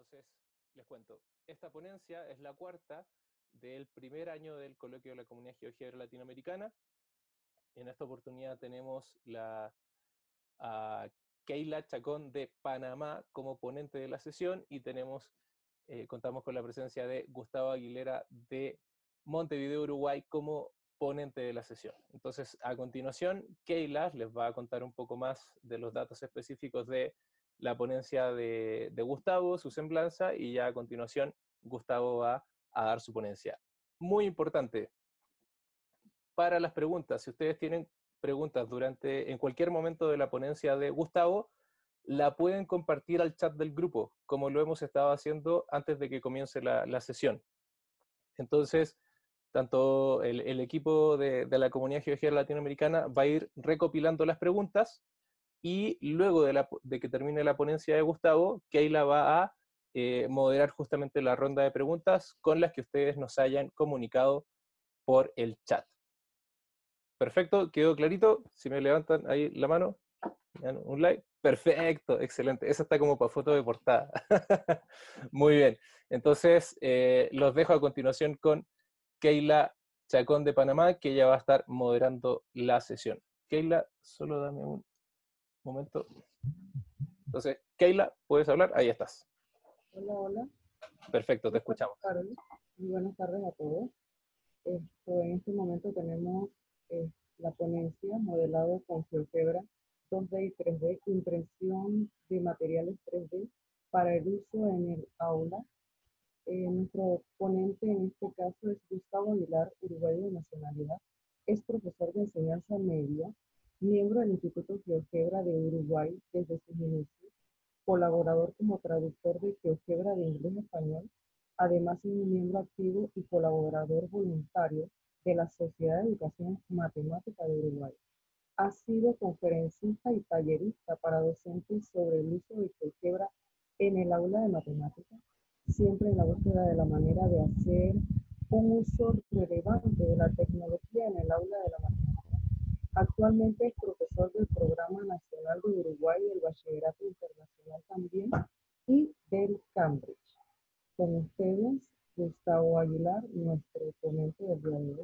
Entonces, les cuento, esta ponencia es la cuarta del primer año del Coloquio de la Comunidad GeoGebra Latinoamericana. En esta oportunidad tenemos a Keila Chacón de Panamá como ponente de la sesión y contamos con la presencia de Gustavo Aguilera de Montevideo, Uruguay, como ponente de la sesión. Entonces, a continuación, Keila les va a contar un poco más de los datos específicos de la ponencia de Gustavo, su semblanza, y ya a continuación Gustavo va a dar su ponencia. Muy importante, para las preguntas, si ustedes tienen preguntas en cualquier momento de la ponencia de Gustavo, la pueden compartir al chat del grupo, como lo hemos estado haciendo antes de que comience la sesión. Entonces, tanto el equipo de la Comunidad GeoGebra Latinoamericana va a ir recopilando las preguntas, y luego de que termine la ponencia de Gustavo, Keila va a moderar justamente la ronda de preguntas con las que ustedes nos hayan comunicado por el chat. Perfecto, quedó clarito. Si me levantan ahí la mano, un like. Perfecto, excelente. Esa está como para foto de portada. Muy bien. Entonces, los dejo a continuación con Keila Chacón de Panamá, que ella va a estar moderando la sesión. Keila, solo dame un momento. Entonces, Keila, ¿puedes hablar? Ahí estás. Hola, hola. Perfecto, te escuchamos. Muy buenas tardes a todos. En este momento tenemos la ponencia modelado con GeoGebra 2D y 3D, impresión de materiales 3D para el uso en el aula. Nuestro ponente en este caso es Gustavo Aguilar, uruguayo de nacionalidad. Es profesor de enseñanza media, miembro del Instituto GeoGebra de Uruguay desde sus inicios, colaborador como traductor de GeoGebra de inglés a español. Además es un miembro activo y colaborador voluntario de la Sociedad de Educación Matemática de Uruguay. Ha sido conferencista y tallerista para docentes sobre el uso de GeoGebra en el aula de matemáticas, siempre en la búsqueda de la manera de hacer un uso relevante de la tecnología en el aula de la matemática. Actualmente es profesor del Programa Nacional de Uruguay, del Bachillerato Internacional también, y del Cambridge. Con ustedes, Gustavo Aguilar, nuestro ponente del día de hoy.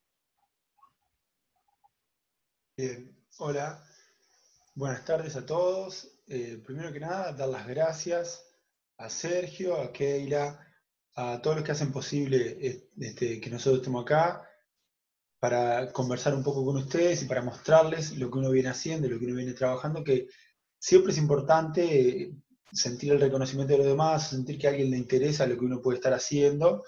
Bien, hola, buenas tardes a todos. Primero que nada, dar las gracias a Sergio, a Keila, a todos los que hacen posible que nosotros estemos acá para conversar un poco con ustedes y para mostrarles lo que uno viene haciendo, lo que uno viene trabajando, que siempre es importante sentir el reconocimiento de los demás, sentir que a alguien le interesa lo que uno puede estar haciendo.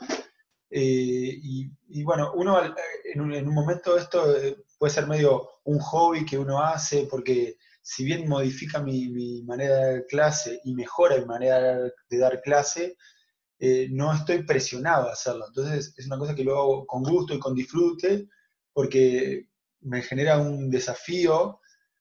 Y bueno, uno en un momento esto puede ser medio un hobby que uno hace, porque si bien modifica mi manera de dar clase y mejora mi manera de dar clase, no estoy presionado a hacerlo. Entonces es una cosa que lo hago con gusto y con disfrute, porque me genera un desafío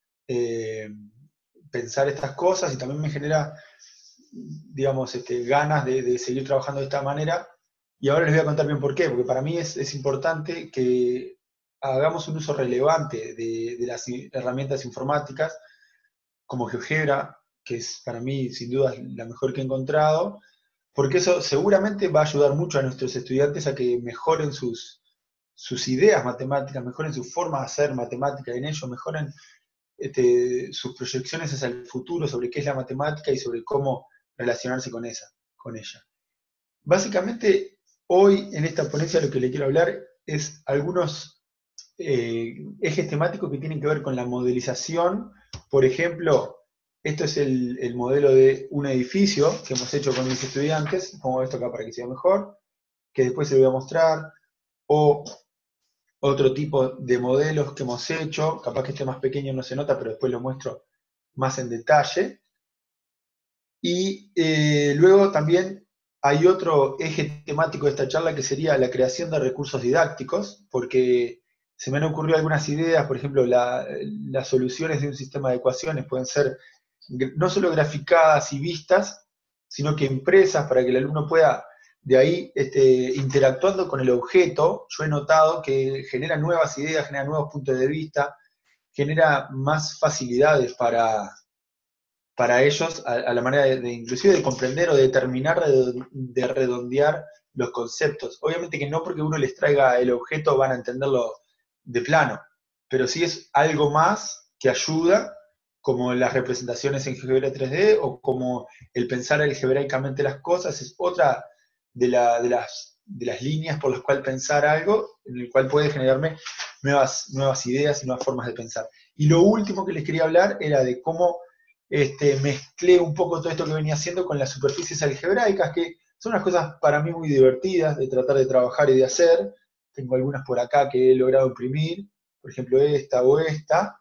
pensar estas cosas, y también me genera, digamos, ganas de seguir trabajando de esta manera. Y ahora les voy a contar bien por qué, porque para mí es importante que hagamos un uso relevante de las herramientas informáticas, como GeoGebra, que es para mí sin duda la mejor que he encontrado, porque eso seguramente va a ayudar mucho a nuestros estudiantes a que mejoren sus ideas matemáticas, mejoren su forma de hacer matemática en ellos, mejoren sus proyecciones hacia el futuro sobre qué es la matemática y sobre cómo relacionarse con ella. Básicamente, hoy en esta ponencia lo que le quiero hablar es algunos ejes temáticos que tienen que ver con la modelización. Por ejemplo, esto es el modelo de un edificio que hemos hecho con mis estudiantes. Pongo esto acá para que sea mejor, que después se lo voy a mostrar. O otro tipo de modelos que hemos hecho, capaz que este más pequeño no se nota, pero después lo muestro más en detalle. Y luego también hay otro eje temático de esta charla que sería la creación de recursos didácticos, porque se me han ocurrido algunas ideas. Por ejemplo, las soluciones de un sistema de ecuaciones pueden ser no solo graficadas y vistas, sino que impresas para que el alumno pueda, de ahí, interactuando con el objeto. Yo he notado que genera nuevas ideas, genera nuevos puntos de vista, genera más facilidades para ellos a la manera de inclusive de comprender o de terminar de redondear los conceptos. Obviamente que no porque uno les traiga el objeto van a entenderlo de plano, pero sí es algo más que ayuda, como las representaciones en GeoGebra 3D o como el pensar algebraicamente las cosas, es otra de las líneas por las cuales pensar algo, en el cual puede generarme nuevas ideas y nuevas formas de pensar. Y lo último que les quería hablar era de cómo mezclé un poco todo esto que venía haciendo con las superficies algebraicas, que son unas cosas para mí muy divertidas de tratar de trabajar y de hacer. Tengo algunas por acá que he logrado imprimir, por ejemplo esta o esta.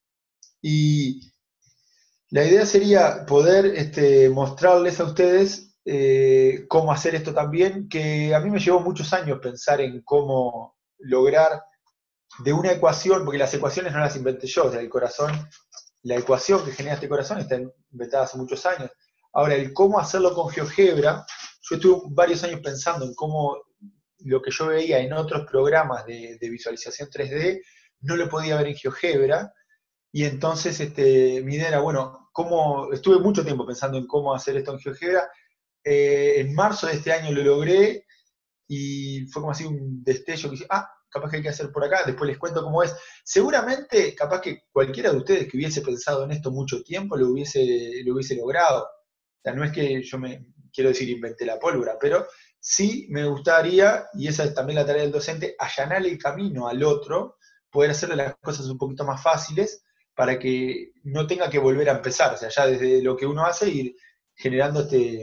Y la idea sería poder mostrarles a ustedes cómo hacer esto también, que a mí me llevó muchos años pensar en cómo lograr de una ecuación, porque las ecuaciones no las inventé yo, o sea, el corazón, la ecuación que genera este corazón está inventada hace muchos años. Ahora, el cómo hacerlo con GeoGebra, yo estuve varios años pensando en cómo lo que yo veía en otros programas de visualización 3D, no lo podía ver en GeoGebra, y entonces mi idea era, bueno, estuve mucho tiempo pensando en cómo hacer esto en GeoGebra. En marzo de este año lo logré, y fue como así un destello que dije, capaz que hay que hacer por acá, después les cuento cómo es. Seguramente, capaz que cualquiera de ustedes que hubiese pensado en esto mucho tiempo lo hubiese logrado. O sea, no es que yo quiero decir, inventé la pólvora, pero sí me gustaría, y esa es también la tarea del docente, allanar el camino al otro, poder hacerle las cosas un poquito más fáciles, para que no tenga que volver a empezar, o sea, ya desde lo que uno hace, ir generando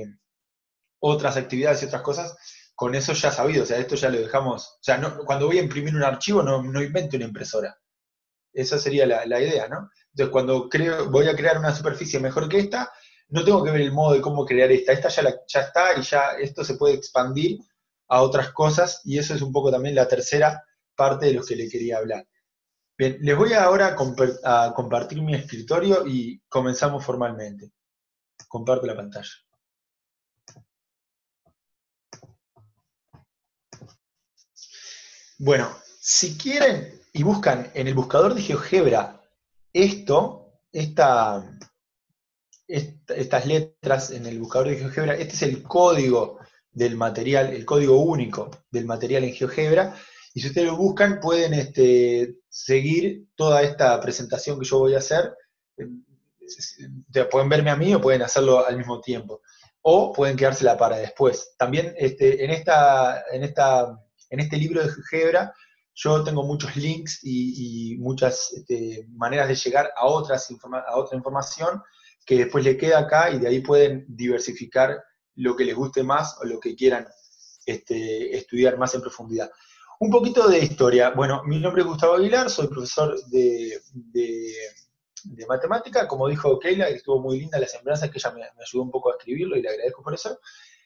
otras actividades y otras cosas, con eso ya sabido, o sea, esto ya lo dejamos, o sea, cuando voy a imprimir un archivo no invento una impresora. Esa sería la idea, ¿no? Entonces, cuando voy a crear una superficie mejor que esta, no tengo que ver el modo de cómo crear esta ya está, y ya esto se puede expandir a otras cosas, y eso es un poco también la tercera parte de lo que le quería hablar. Bien, les voy ahora a compartir mi escritorio y comenzamos formalmente. Comparto la pantalla. Bueno, si quieren y buscan en el buscador de GeoGebra estas letras en el buscador de GeoGebra, este es el código del material, el código único del material en GeoGebra, y si ustedes lo buscan pueden seguir toda esta presentación que yo voy a hacer. Pueden verme a mí o pueden hacerlo al mismo tiempo, o pueden quedársela para después. También en este libro de GeoGebra yo tengo muchos links y muchas maneras de llegar a otra información que después le queda acá, y de ahí pueden diversificar lo que les guste más o lo que quieran estudiar más en profundidad. Un poquito de historia. Bueno, mi nombre es Gustavo Aguilar, soy profesor de matemática. Como dijo Keila, estuvo muy linda la semblanza, que ella me ayudó un poco a escribirlo y le agradezco por eso.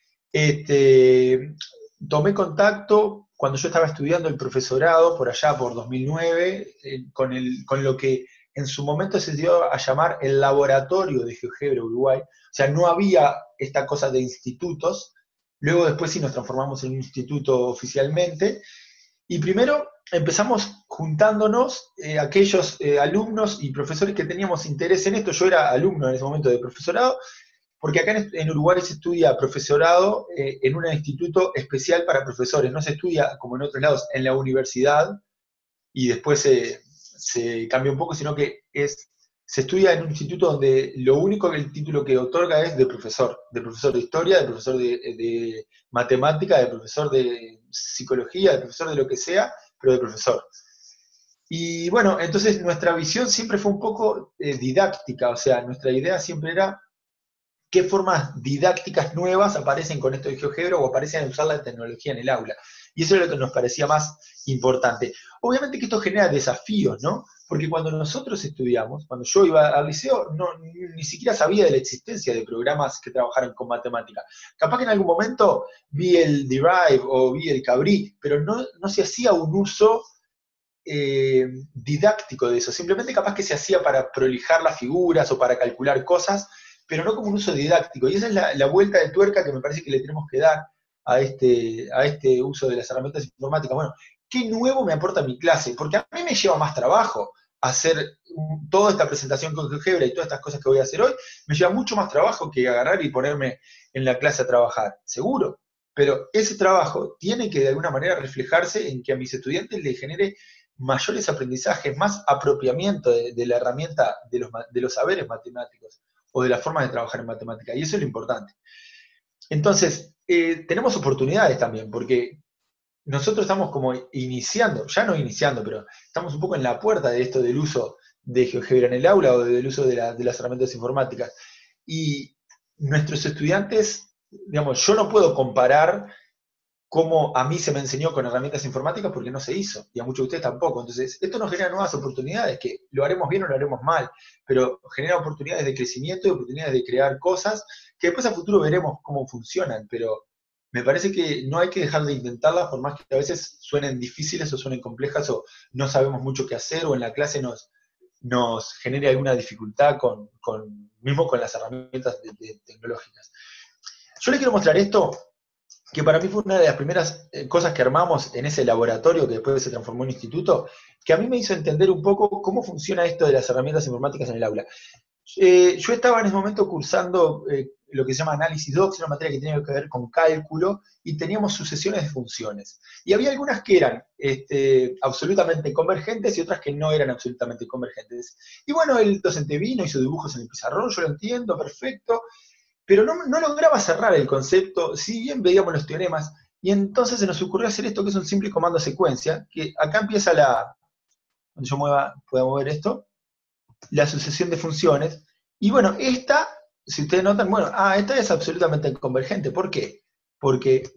Tomé contacto cuando yo estaba estudiando el profesorado, por allá por 2009, con lo que en su momento se dio a llamar el Laboratorio de GeoGebra Uruguay. O sea, no había esta cosa de institutos. Luego después sí nos transformamos en un instituto oficialmente. Y primero empezamos juntándonos aquellos alumnos y profesores que teníamos interés en esto. Yo era alumno en ese momento de profesorado, porque acá en Uruguay se estudia profesorado en un instituto especial para profesores. No se estudia, como en otros lados, en la universidad, y después se cambia un poco, sino que se estudia en un instituto donde lo único que el título que otorga es de profesor de historia, de profesor de matemática, de profesor de psicología, de profesor de lo que sea, pero de profesor. Y bueno, entonces nuestra visión siempre fue un poco didáctica, o sea, nuestra idea siempre era qué formas didácticas nuevas aparecen con esto de GeoGebra o aparecen al usar la tecnología en el aula. Y eso es lo que nos parecía más importante. Obviamente que esto genera desafíos, ¿no? Porque cuando nosotros estudiamos, cuando yo iba al liceo, ni siquiera sabía de la existencia de programas que trabajaran con matemática. Capaz que en algún momento vi el Derive o vi el Cabrit, pero no se hacía un uso didáctico de eso. Simplemente capaz que se hacía para prolijar las figuras o para calcular cosas, pero no como un uso didáctico. Y esa es la vuelta de tuerca que me parece que le tenemos que dar a este uso de las herramientas informáticas. Bueno, ¿qué nuevo me aporta mi clase? Porque a mí me lleva más trabajo hacer toda esta presentación con GeoGebra y todas estas cosas que voy a hacer hoy, me lleva mucho más trabajo que agarrar y ponerme en la clase a trabajar, seguro. Pero ese trabajo tiene que de alguna manera reflejarse en que a mis estudiantes les genere mayores aprendizajes, más apropiamiento de la herramienta de los saberes matemáticos o de las formas de trabajar en matemática. Y eso es lo importante. Entonces, tenemos oportunidades también, porque nosotros estamos como iniciando, ya no iniciando, pero estamos un poco en la puerta de esto del uso de GeoGebra en el aula o del uso de las herramientas informáticas. Y nuestros estudiantes, digamos, yo no puedo comparar cómo a mí se me enseñó con herramientas informáticas porque no se hizo, y a muchos de ustedes tampoco. Entonces, esto nos genera nuevas oportunidades, que lo haremos bien o lo haremos mal, pero genera oportunidades de crecimiento y oportunidades de crear cosas que después a futuro veremos cómo funcionan, pero me parece que no hay que dejar de intentarlas, por más que a veces suenen difíciles o suenen complejas o no sabemos mucho qué hacer o en la clase nos genere alguna dificultad mismo con las herramientas tecnológicas. Yo les quiero mostrar esto, que para mí fue una de las primeras cosas que armamos en ese laboratorio que después se transformó en instituto, que a mí me hizo entender un poco cómo funciona esto de las herramientas informáticas en el aula. Yo estaba en ese momento cursando lo que se llama análisis docs, una materia que tenía que ver con cálculo, y teníamos sucesiones de funciones. Y había algunas que eran absolutamente convergentes y otras que no eran absolutamente convergentes. Y bueno, el docente vino, hizo dibujos en el pizarrón, yo lo entiendo, perfecto, pero no lograba cerrar el concepto, si bien veíamos los teoremas, y entonces se nos ocurrió hacer esto, que es un simple comando secuencia, que acá empieza cuando yo pueda mover esto, la sucesión de funciones, y bueno, esta, si ustedes notan, bueno, esta es absolutamente convergente. ¿Por qué? Porque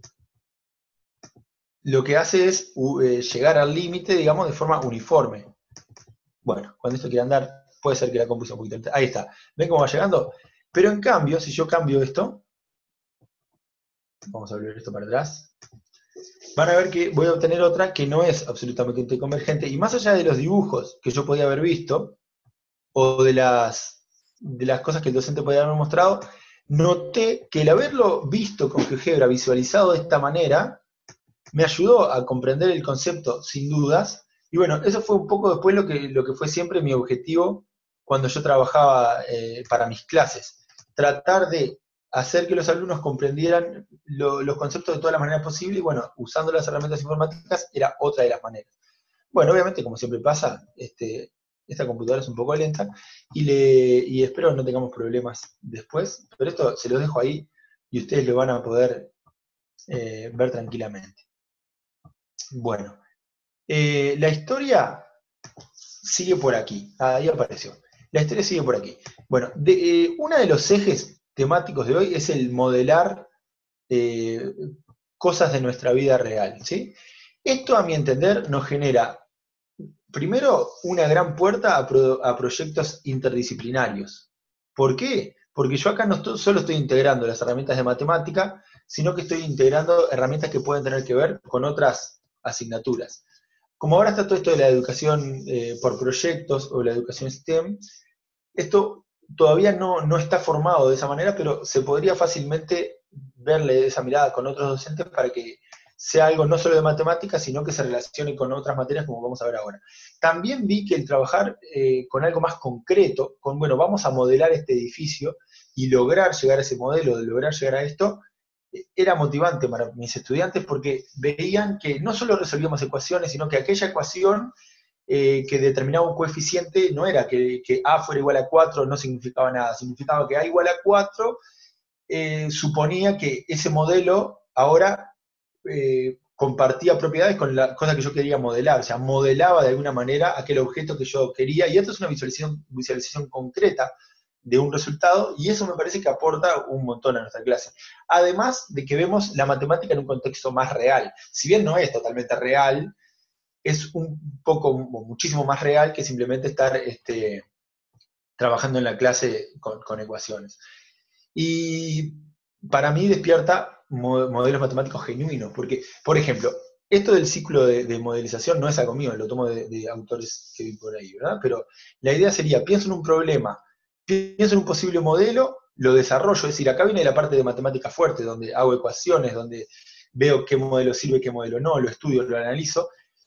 lo que hace es llegar al límite, digamos, de forma uniforme. Bueno, cuando esto quiere andar, puede ser que la compu sea un poquito... Ahí está, ¿ven cómo va llegando? Pero en cambio, si yo cambio esto, vamos a volver esto para atrás, van a ver que voy a obtener otra que no es absolutamente convergente, y más allá de los dibujos que yo podía haber visto, o de las cosas que el docente podía haber mostrado, noté que el haberlo visto con GeoGebra, visualizado de esta manera, me ayudó a comprender el concepto sin dudas, y bueno, eso fue un poco después lo que fue siempre mi objetivo cuando yo trabajaba para mis clases, tratar de hacer que los alumnos comprendieran los conceptos de todas las maneras posibles, y bueno, usando las herramientas informáticas era otra de las maneras. Bueno, obviamente, como siempre pasa, esta computadora es un poco lenta, y espero no tengamos problemas después, pero esto se lo dejo ahí, y ustedes lo van a poder ver tranquilamente. Bueno, la historia sigue por aquí, ahí apareció. La historia sigue por aquí. Bueno, uno de los ejes temáticos de hoy es el modelar cosas de nuestra vida real, ¿sí? Esto, a mi entender, nos genera, primero, una gran puerta a proyectos interdisciplinarios. ¿Por qué? Porque yo acá no solo estoy integrando las herramientas de matemática, sino que estoy integrando herramientas que pueden tener que ver con otras asignaturas. Como ahora está todo esto de la educación por proyectos o la educación STEM, esto todavía no está formado de esa manera, pero se podría fácilmente verle esa mirada con otros docentes para que sea algo no solo de matemáticas, sino que se relacione con otras materias como vamos a ver ahora. También vi que el trabajar con algo más concreto, bueno, vamos a modelar este edificio y lograr llegar a ese modelo, lograr llegar a esto, era motivante para mis estudiantes porque veían que no solo resolvíamos ecuaciones, sino que aquella ecuación que determinaba un coeficiente no era que A fuera igual a 4, no significaba nada, significaba que A igual a 4 suponía que ese modelo ahora compartía propiedades con la cosa que yo quería modelar, o sea, modelaba de alguna manera aquel objeto que yo quería, y esto es una visualización concreta de un resultado, y eso me parece que aporta un montón a nuestra clase. Además de que vemos la matemática en un contexto más real. Si bien no es totalmente real, es muchísimo más real que simplemente estar trabajando en la clase con ecuaciones. Y para mí despierta modelos matemáticos genuinos, porque, por ejemplo, esto del ciclo de modelización no es algo mío, lo tomo de autores que vi por ahí, ¿verdad? Pero la idea sería, pienso en un problema, pienso en un posible modelo, lo desarrollo, es decir, acá viene la parte de matemática fuerte, donde hago ecuaciones, donde veo qué modelo sirve, qué modelo no, lo estudio, lo analizo,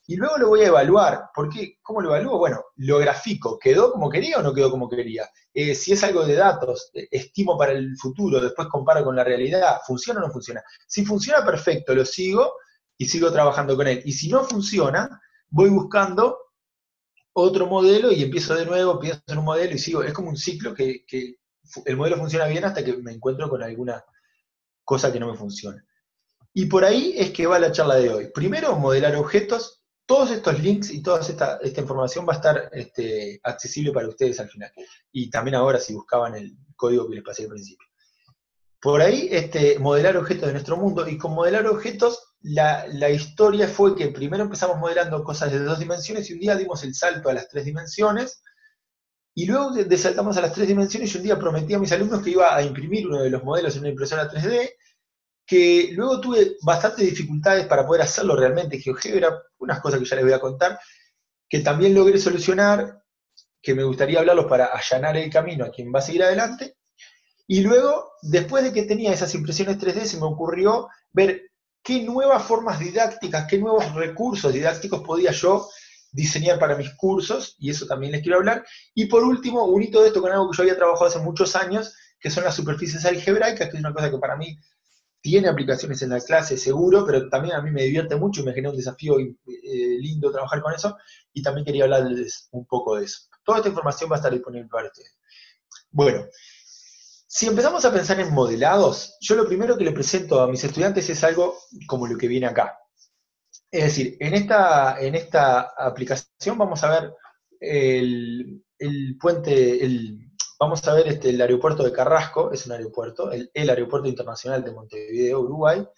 y luego lo voy a evaluar. ¿Por qué? ¿Cómo lo evalúo? Bueno, lo grafico. ¿Quedó como quería o no quedó como quería? Si es algo de datos, estimo para el futuro, después comparo con la realidad, ¿funciona o no funciona? Si funciona, perfecto, lo sigo y sigo trabajando con él. Y si no funciona, voy buscando otro modelo y empiezo de nuevo, pienso en un modelo y sigo. Es como un ciclo que el modelo funciona bien hasta que me encuentro con alguna cosa que no me funciona. Y por ahí es que va la charla de hoy. Primero, modelar objetos. Todos estos links y toda esta información va a estar accesible para ustedes al final. Y también ahora si buscaban el código que les pasé al principio. Por ahí, modelar objetos de nuestro mundo. Y con modelar objetos, la historia fue que primero empezamos modelando cosas de 2 dimensiones y un día dimos el salto a las 3 dimensiones. Y luego saltamos a las 3 dimensiones y un día prometí a mis alumnos que iba a imprimir uno de los modelos en una impresora 3D, que luego tuve bastantes dificultades para poder hacerlo realmente. GeoGebra, unas cosas que ya les voy a contar, que también logré solucionar, que me gustaría hablarlos para allanar el camino a quien va a seguir adelante. Y luego, después de que tenía esas impresiones 3D, se me ocurrió ver qué nuevas formas didácticas, qué nuevos recursos didácticos podía yo diseñar para mis cursos, y eso también les quiero hablar. Y por último, uní todo esto con algo que yo había trabajado hace muchos años, que son las superficies algebraicas, que es una cosa que para mí tiene aplicaciones en la clase, seguro, pero también a mí me divierte mucho y me genera un desafío lindo trabajar con eso, y también quería hablarles un poco de eso. Toda esta información va a estar disponible para ustedes. Bueno, si empezamos a pensar en modelados, yo lo primero que le presento a mis estudiantes es algo como lo que viene acá. Es decir, en esta aplicación vamos a ver el puente, vamos a ver el aeropuerto de Carrasco, es un aeropuerto, el Aeropuerto Internacional de Montevideo, Uruguay.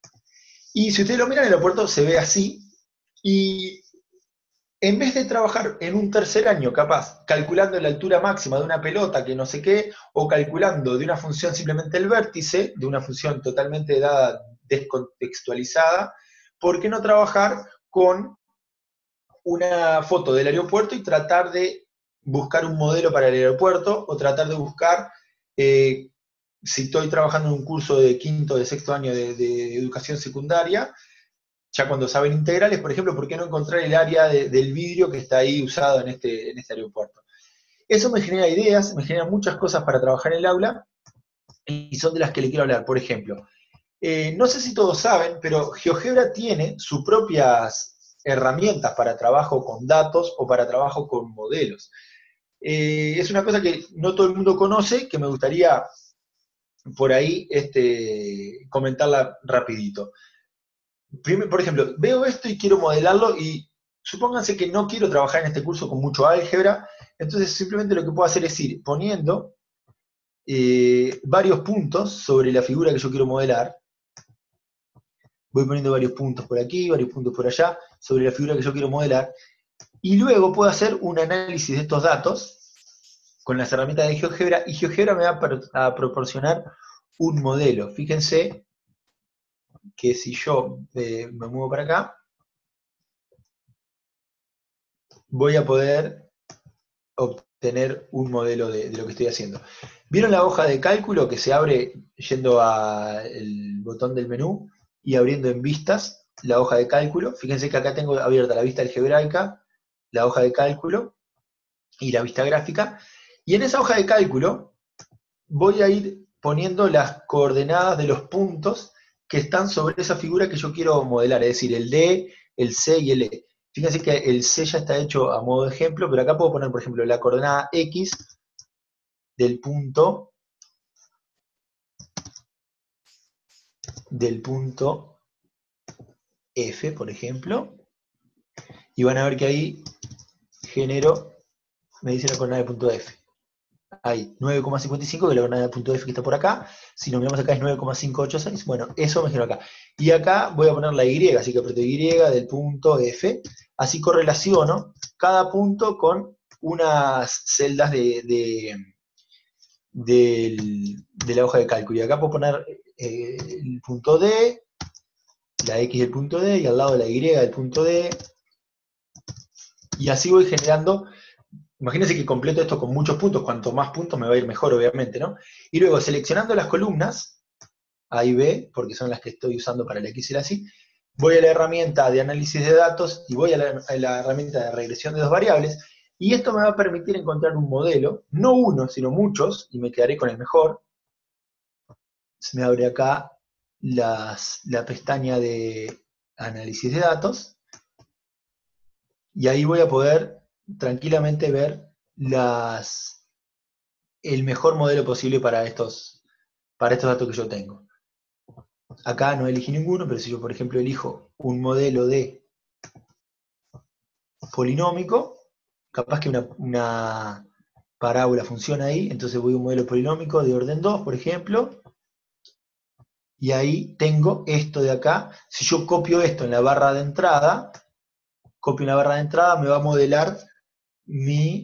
Y si ustedes lo miran, el aeropuerto se ve así, y en vez de trabajar en un tercer año, capaz, calculando la altura máxima de una pelota que no sé qué, o calculando de una función simplemente el vértice, de una función totalmente dada, descontextualizada, ¿por qué no trabajar con una foto del aeropuerto y tratar de buscar un modelo para el aeropuerto, o tratar de buscar, si estoy trabajando en un curso de quinto, de sexto año de educación secundaria, ya cuando saben integrales, por ejemplo, ¿por qué no encontrar el área del vidrio que está ahí usado en este aeropuerto? Eso me genera ideas, me genera muchas cosas para trabajar en el aula, y son de las que le quiero hablar. Por ejemplo, no sé si todos saben, pero GeoGebra tiene sus propias herramientas para trabajo con datos o para trabajo con modelos. Es una cosa que no todo el mundo conoce, que me gustaría por ahí comentarla rapidito. Por ejemplo, veo esto y quiero modelarlo, y supónganse que no quiero trabajar en este curso con mucho álgebra, entonces simplemente lo que puedo hacer es ir poniendo varios puntos sobre la figura que yo quiero modelar. Voy poniendo varios puntos por aquí, varios puntos por allá, sobre la figura que yo quiero modelar, y luego puedo hacer un análisis de estos datos con las herramientas de GeoGebra, y GeoGebra me va a proporcionar un modelo. Fíjense que si yo me muevo para acá, voy a poder obtener un modelo de lo que estoy haciendo. ¿Vieron la hoja de cálculo que se abre yendo al botón del menú y abriendo en vistas la hoja de cálculo? Fíjense que acá tengo abierta la vista algebraica, la hoja de cálculo y la vista gráfica. Y en esa hoja de cálculo voy a ir poniendo las coordenadas de los puntos que están sobre esa figura que yo quiero modelar, es decir, el D, el C y el E. Fíjense que el C ya está hecho a modo de ejemplo, pero acá puedo poner, por ejemplo, la coordenada X del punto F, por ejemplo, y van a ver que ahí genero, me dice la coordenada del punto F. Hay 9,55, que es la coordenada del punto F que está por acá. Si nos miramos acá es 9,586. Bueno, eso me genero acá. Y acá voy a poner la Y, así que aprieto Y del punto F. Así correlaciono cada punto con unas celdas de la hoja de cálculo. Y acá puedo poner el punto D, la X del punto D, y al lado de la Y del punto D. Y así voy generando. Imagínense que completo esto con muchos puntos, cuanto más puntos me va a ir mejor, obviamente, ¿no? Y luego, seleccionando las columnas, A y B, porque son las que estoy usando para el X y la Y, voy a la herramienta de análisis de datos y voy a la herramienta de regresión de dos variables, y esto me va a permitir encontrar un modelo, no uno, sino muchos, y me quedaré con el mejor. Se me abre acá la pestaña de análisis de datos, y ahí voy a poder tranquilamente ver el mejor modelo posible para estos datos que yo tengo. Acá no elegí ninguno, pero si yo, por ejemplo, elijo un modelo de polinómico, capaz que una parábola funciona ahí, entonces voy a un modelo polinómico de orden 2, por ejemplo, y ahí tengo esto de acá. Si yo copio esto en la barra de entrada, me va a modelar mi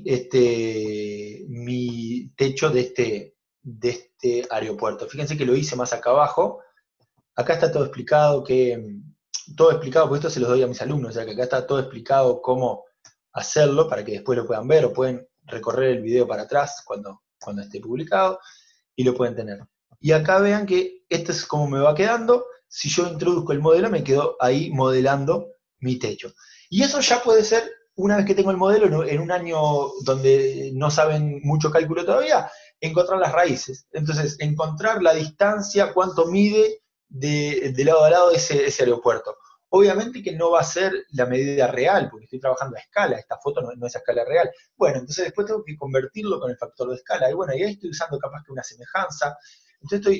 techo de este aeropuerto. Fíjense que lo hice más acá abajo. Acá está todo explicado, porque esto se los doy a mis alumnos, o sea que acá está todo explicado cómo hacerlo para que después lo puedan ver, o pueden recorrer el video para atrás cuando esté publicado, y lo pueden tener. Y acá vean que esto es como me va quedando. Si yo introduzco el modelo, me quedo ahí modelando mi techo. Y eso ya puede ser, una vez que tengo el modelo, en un año donde no saben mucho cálculo todavía, encontrar las raíces. Entonces, encontrar la distancia, cuánto mide de lado a lado ese aeropuerto. Obviamente que no va a ser la medida real, porque estoy trabajando a escala, esta foto no es a escala real. Bueno, entonces después tengo que convertirlo con el factor de escala, y bueno, y ahí estoy usando capaz que una semejanza. Entonces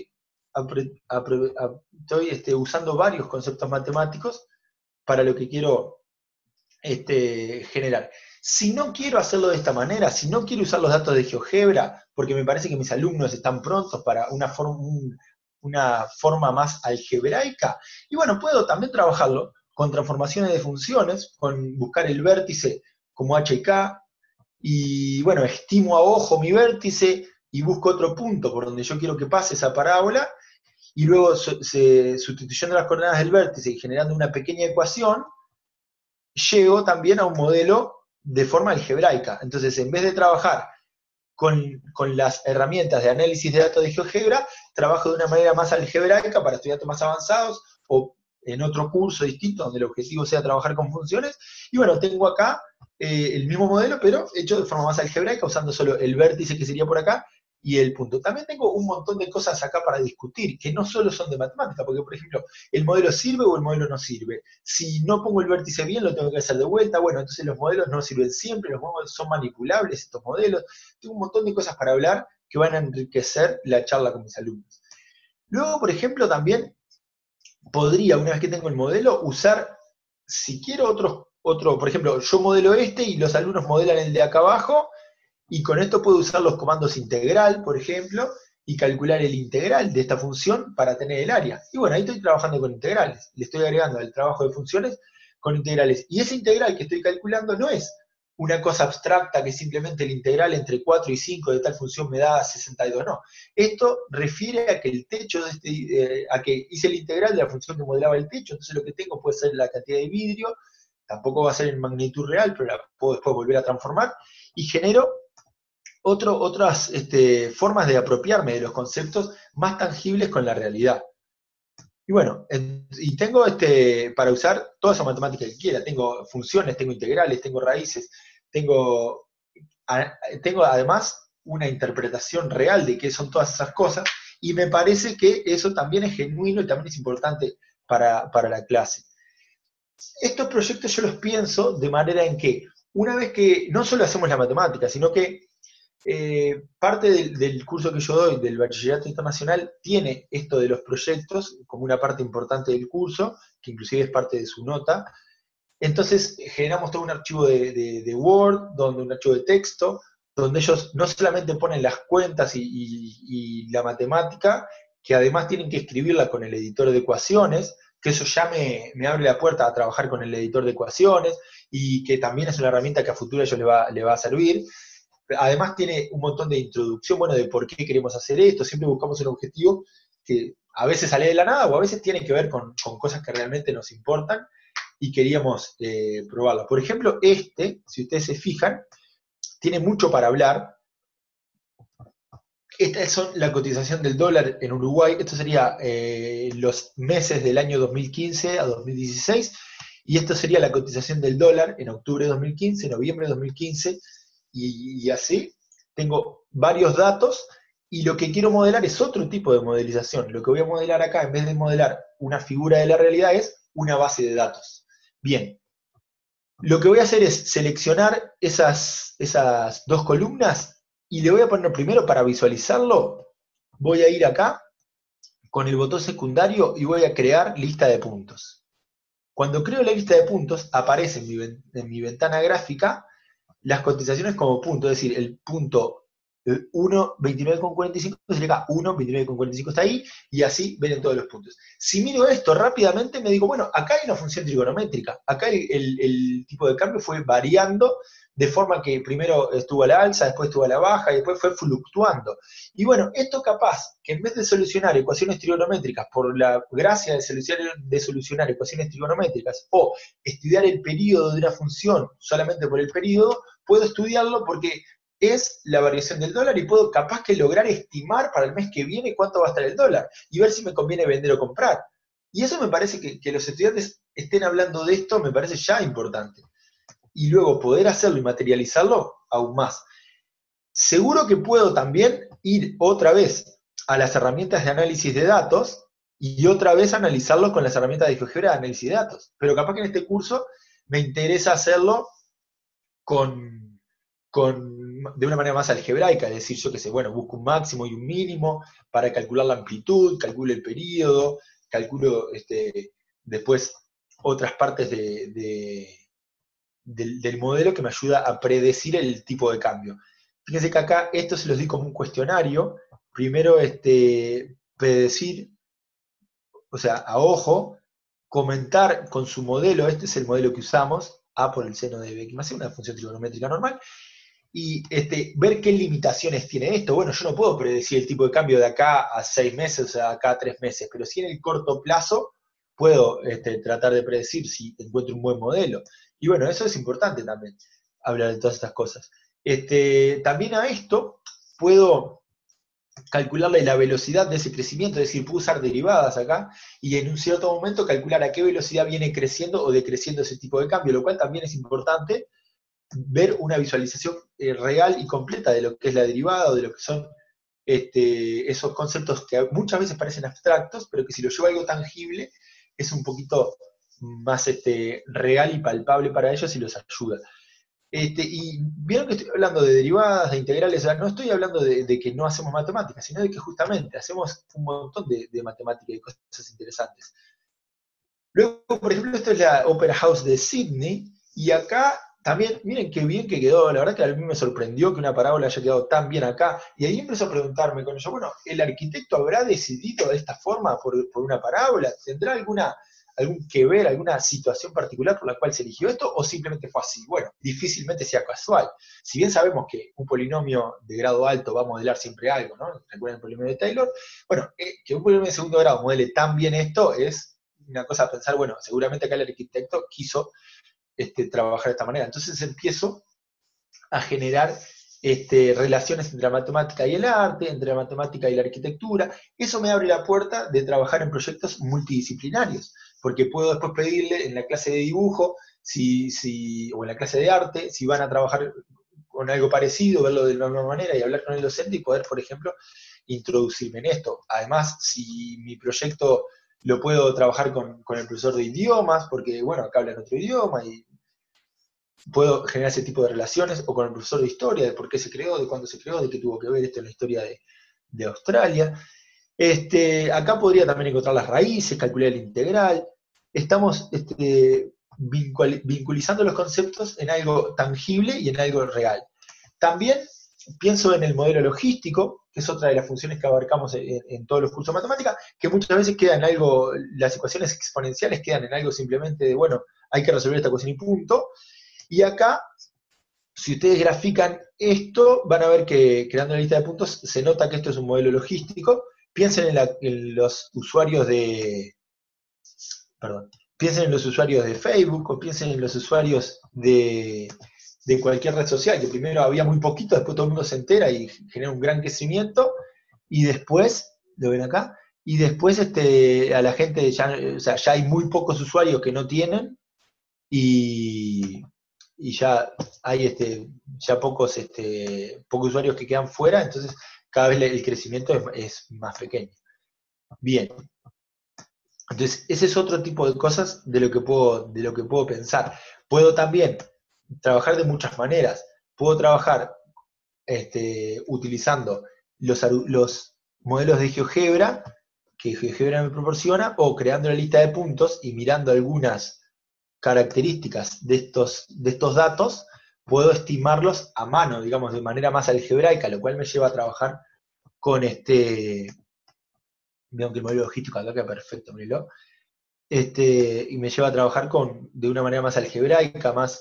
estoy usando varios conceptos matemáticos para lo que quiero generar. Si no quiero hacerlo de esta manera, si no quiero usar los datos de GeoGebra, porque me parece que mis alumnos están prontos para una forma más algebraica, y bueno, puedo también trabajarlo con transformaciones de funciones, con buscar el vértice como h y k, y bueno, estimo a ojo mi vértice y busco otro punto por donde yo quiero que pase esa parábola, y luego sustituyendo las coordenadas del vértice y generando una pequeña ecuación, llego también a un modelo de forma algebraica. Entonces, en vez de trabajar con las herramientas de análisis de datos de GeoGebra, trabajo de una manera más algebraica para estudiantes más avanzados, o en otro curso distinto, donde el objetivo sea trabajar con funciones. Y bueno, tengo acá el mismo modelo, pero hecho de forma más algebraica, usando solo el vértice que sería por acá, y el punto. También tengo un montón de cosas acá para discutir, que no solo son de matemática, porque por ejemplo, ¿el modelo sirve o el modelo no sirve? Si no pongo el vértice bien, lo tengo que hacer de vuelta. Bueno, entonces los modelos no sirven siempre, los modelos son manipulables, estos modelos. Tengo un montón de cosas para hablar que van a enriquecer la charla con mis alumnos. Luego, por ejemplo, también podría, una vez que tengo el modelo, usar, si quiero otro, por ejemplo, yo modelo y los alumnos modelan el de acá abajo, y con esto puedo usar los comandos integral, por ejemplo, y calcular el integral de esta función para tener el área. Y bueno, ahí estoy trabajando con integrales. Le estoy agregando al trabajo de funciones con integrales. Y ese integral que estoy calculando no es una cosa abstracta que simplemente el integral entre 4 y 5 de tal función me da 62, no. Esto refiere a que el techo a que hice el integral de la función que modelaba el techo, entonces lo que tengo puede ser la cantidad de vidrio, tampoco va a ser en magnitud real, pero la puedo después volver a transformar, y genero otras formas de apropiarme de los conceptos más tangibles con la realidad. Y bueno, y tengo para usar toda esa matemática que quiera. Tengo funciones, tengo integrales, tengo raíces, tengo además una interpretación real de qué son todas esas cosas, y me parece que eso también es genuino y también es importante para la clase. Estos proyectos yo los pienso de manera en que, una vez que no solo hacemos la matemática, sino que parte del curso que yo doy, del Bachillerato Internacional, tiene esto de los proyectos como una parte importante del curso, que inclusive es parte de su nota. Entonces generamos todo un archivo de Word, un archivo de texto, donde ellos no solamente ponen las cuentas y la matemática, que además tienen que escribirla con el editor de ecuaciones, que eso ya me abre la puerta a trabajar con el editor de ecuaciones, y que también es una herramienta que a futuro a ellos le va a servir. Además tiene un montón de introducción, bueno, de por qué queremos hacer esto. Siempre buscamos un objetivo que a veces sale de la nada, o a veces tiene que ver con cosas que realmente nos importan, y queríamos probarlo. Por ejemplo, si ustedes se fijan, tiene mucho para hablar, Estas son la cotización del dólar en Uruguay. Esto sería los meses del año 2015 a 2016. Y esto sería la cotización del dólar en octubre de 2015, noviembre de 2015, y así. Tengo varios datos, y lo que quiero modelar es otro tipo de modelización. Lo que voy a modelar acá, en vez de modelar una figura de la realidad, es una base de datos. Bien, lo que voy a hacer es seleccionar esas dos columnas, y le voy a poner primero, para visualizarlo, voy a ir acá con el botón secundario y voy a crear lista de puntos. Cuando creo la lista de puntos, aparece en mi ventana gráfica las cotizaciones como punto, es decir, el punto 1.29,45 sería acá, 1.29,45 está ahí, y así ven todos los puntos. Si miro esto rápidamente, me digo, bueno, acá hay una función trigonométrica, acá el tipo de cambio fue variando, de forma que primero estuvo a la alza, después estuvo a la baja, y después fue fluctuando. Y bueno, esto capaz que en vez de solucionar ecuaciones trigonométricas, por la gracia de solucionar ecuaciones trigonométricas, o estudiar el periodo de una función solamente por el periodo, puedo estudiarlo porque es la variación del dólar, y puedo capaz que lograr estimar para el mes que viene cuánto va a estar el dólar, y ver si me conviene vender o comprar. Y eso me parece que los estudiantes estén hablando de esto, me parece ya importante. Y luego poder hacerlo y materializarlo, aún más. Seguro que puedo también ir otra vez a las herramientas de análisis de datos, y otra vez analizarlo con las herramientas de GeoGebra de análisis de datos. Pero capaz que en este curso me interesa hacerlo de una manera más algebraica, es decir, yo qué sé, bueno, busco un máximo y un mínimo para calcular la amplitud, calculo el periodo, calculo después otras partes del modelo que me ayuda a predecir el tipo de cambio. Fíjense que acá esto se los di como un cuestionario. Primero predecir, o sea, a ojo, comentar con su modelo, este es el modelo que usamos, A por el seno de B, más una función trigonométrica normal, y ver qué limitaciones tiene esto. Bueno, yo no puedo predecir el tipo de cambio de acá a 6 meses, o sea, de acá a 3 meses, pero sí en el corto plazo puedo tratar de predecir si encuentro un buen modelo. Y bueno, eso es importante también, hablar de todas estas cosas. También a esto puedo calcularle la velocidad de ese crecimiento, es decir, puedo usar derivadas acá, y en un cierto momento calcular a qué velocidad viene creciendo o decreciendo ese tipo de cambio, lo cual también es importante, ver una visualización real y completa de lo que es la derivada, o de lo que son esos conceptos que muchas veces parecen abstractos, pero que si lo llevo a algo tangible, es un poquito más real y palpable para ellos, y los ayuda. Y vieron que estoy hablando de derivadas, de integrales, o sea, no estoy hablando de que no hacemos matemáticas, sino de que justamente hacemos un montón de matemáticas y cosas interesantes. Luego, por ejemplo, esto es la Opera House de Sydney, y acá también, miren qué bien que quedó, la verdad que a mí me sorprendió que una parábola haya quedado tan bien acá, y ahí empezó a preguntarme con ello, bueno, ¿el arquitecto habrá decidido de esta forma por una parábola? ¿Tendrá algún que ver, alguna situación particular por la cual se eligió esto, o simplemente fue así? Bueno, difícilmente sea casual. Si bien sabemos que un polinomio de grado alto va a modelar siempre algo, ¿no? ¿Recuerdan el polinomio de Taylor? Bueno, que un polinomio de segundo grado modele tan bien esto es una cosa a pensar, bueno, seguramente acá el arquitecto quiso trabajar de esta manera. Entonces empiezo a generar relaciones entre la matemática y el arte, entre la matemática y la arquitectura. Eso me abre la puerta de trabajar en proyectos multidisciplinarios, porque puedo después pedirle en la clase de dibujo, o en la clase de arte, si van a trabajar con algo parecido, verlo de la misma manera y hablar con el docente y poder, por ejemplo, introducirme en esto. Además, si mi proyecto lo puedo trabajar con el profesor de idiomas, porque, bueno, acá hablan otro idioma, y puedo generar ese tipo de relaciones, o con el profesor de historia, de por qué se creó, de cuándo se creó, de qué tuvo que ver esto en la historia de Australia. Acá podría también encontrar las raíces, calcular el integral. Estamos vinculizando los conceptos en algo tangible y en algo real. También pienso en el modelo logístico, que es otra de las funciones que abarcamos en todos los cursos de matemática, que muchas veces queda en algo, las ecuaciones exponenciales quedan en algo simplemente de, bueno, hay que resolver esta ecuación y punto. Y acá, si ustedes grafican esto, van a ver que creando la lista de puntos se nota que esto es un modelo logístico. Piensen en los usuarios piensen en los usuarios de Facebook, o piensen en los usuarios de cualquier red social, que primero había muy poquito, después todo el mundo se entera y genera un gran crecimiento, y después, lo ven acá, y después a la gente, o sea, ya hay muy pocos usuarios que no tienen, y ya hay ya pocos usuarios que quedan fuera, entonces cada vez el crecimiento es más pequeño. Bien. Entonces, ese es otro tipo de cosas de lo que puedo pensar. Puedo también trabajar de muchas maneras. Puedo trabajar utilizando los modelos de GeoGebra que GeoGebra me proporciona, o creando la lista de puntos y mirando algunas características de estos datos, puedo estimarlos a mano, digamos, de manera más algebraica, lo cual me lleva a trabajar con vean que el modelo logístico acá queda perfecto, mírenlo. Y me lleva a trabajar de una manera más algebraica, más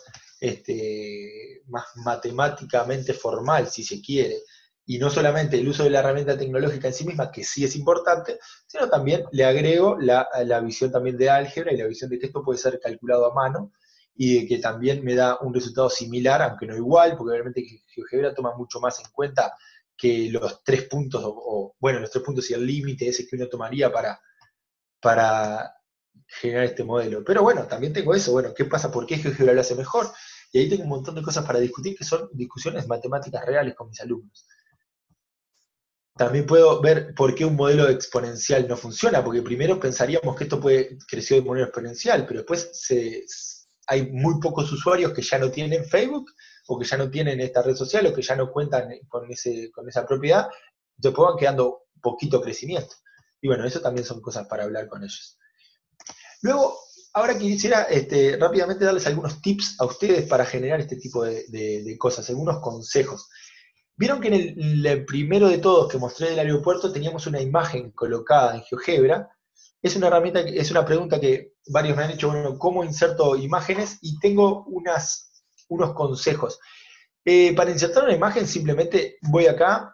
matemáticamente formal, si se quiere. Y no solamente el uso de la herramienta tecnológica en sí misma, que sí es importante, sino también le agrego la visión también de álgebra y la visión de que esto puede ser calculado a mano, y de que también me da un resultado similar, aunque no igual, porque obviamente GeoGebra toma mucho más en cuenta que los 3 puntos, bueno, los 3 puntos y el límite ese que uno tomaría para generar este modelo. Pero bueno, también tengo eso, bueno, ¿qué pasa? ¿Por qué GeoGebra lo hace mejor? Y ahí tengo un montón de cosas para discutir, que son discusiones matemáticas reales con mis alumnos. También puedo ver por qué un modelo exponencial no funciona, porque primero pensaríamos que esto creció de manera exponencial, pero después hay muy pocos usuarios que ya no tienen Facebook, o que ya no tienen esta red social, o que ya no cuentan con esa propiedad, entonces van quedando poquito crecimiento. Y bueno, eso también son cosas para hablar con ellos. Luego, ahora quisiera rápidamente darles algunos tips a ustedes para generar este tipo de cosas, algunos consejos. Vieron que en el primero de todos que mostré del aeropuerto teníamos una imagen colocada en GeoGebra. Es una herramienta, es una pregunta que varios me han hecho, bueno, ¿cómo inserto imágenes? Y tengo unos consejos. Para insertar una imagen simplemente voy acá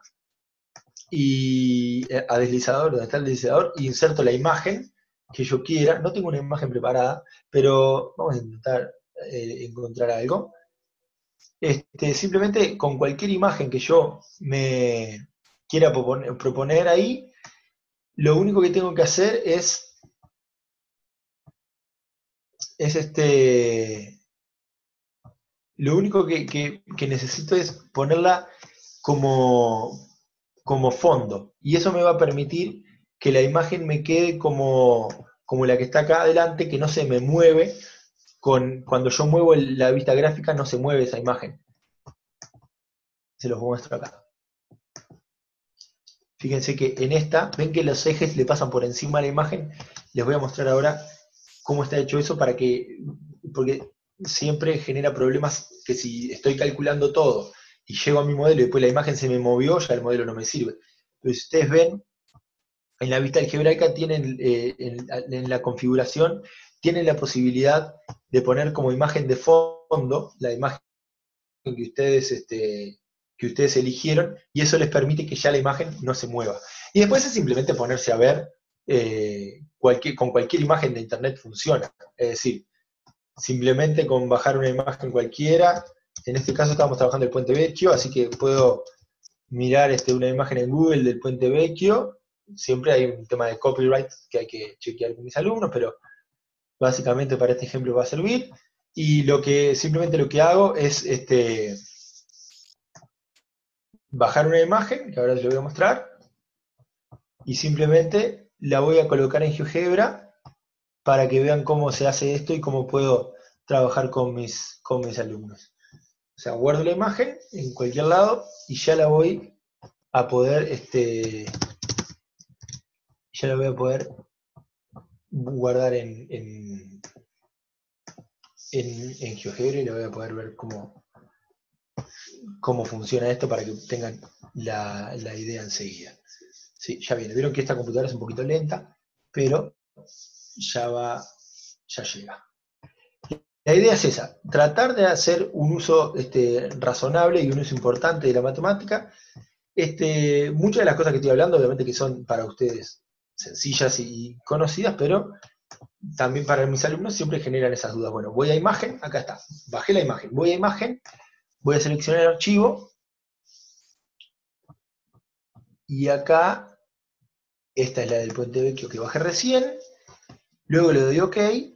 y a deslizador, donde está el deslizador, y inserto la imagen que yo quiera. No tengo una imagen preparada, pero vamos a intentar encontrar algo. Simplemente con cualquier imagen que yo me quiera proponer ahí, lo único que tengo que hacer es lo único que necesito es ponerla como fondo, y eso me va a permitir que la imagen me quede como la que está acá adelante, que no se me mueve, cuando yo muevo la vista gráfica no se mueve esa imagen. Se los muestro acá. Fíjense que en esta, ven que los ejes le pasan por encima de la imagen. Les voy a mostrar ahora cómo está hecho eso, porque siempre genera problemas que si estoy calculando todo y llego a mi modelo y después la imagen se me movió, ya el modelo no me sirve. Pero si ustedes ven, en la vista algebraica tienen, en la configuración, tienen la posibilidad de poner como imagen de fondo la imagen que ustedes eligieron, y eso les permite que ya la imagen no se mueva. Y después es simplemente ponerse a ver, con cualquier imagen de internet funciona. Es decir, simplemente con bajar una imagen cualquiera, en este caso estamos trabajando el Puente Vecchio, así que puedo mirar una imagen en Google del Puente Vecchio. Siempre hay un tema de copyright que hay que chequear con mis alumnos, pero básicamente para este ejemplo va a servir. Y simplemente lo que hago es bajar una imagen, que ahora les lo voy a mostrar, y simplemente la voy a colocar en GeoGebra para que vean cómo se hace esto y cómo puedo trabajar con mis alumnos. O sea, guardo la imagen en cualquier lado y ya la voy a poder, ya la voy a poder guardar en GeoGebra, y la voy a poder ver cómo funciona esto para que tengan la idea enseguida. Sí, ya viene. Vieron que esta computadora es un poquito lenta, pero ya llega. La idea es esa, tratar de hacer un uso razonable y un uso importante de la matemática. Muchas de las cosas que estoy hablando, obviamente que son para ustedes sencillas y conocidas, pero también para mis alumnos siempre generan esas dudas. Bueno, voy a imagen, acá está, bajé la imagen, voy a imagen, voy a seleccionar el archivo, y acá, esta es la del Puente Vecchio que bajé recién, luego le doy OK,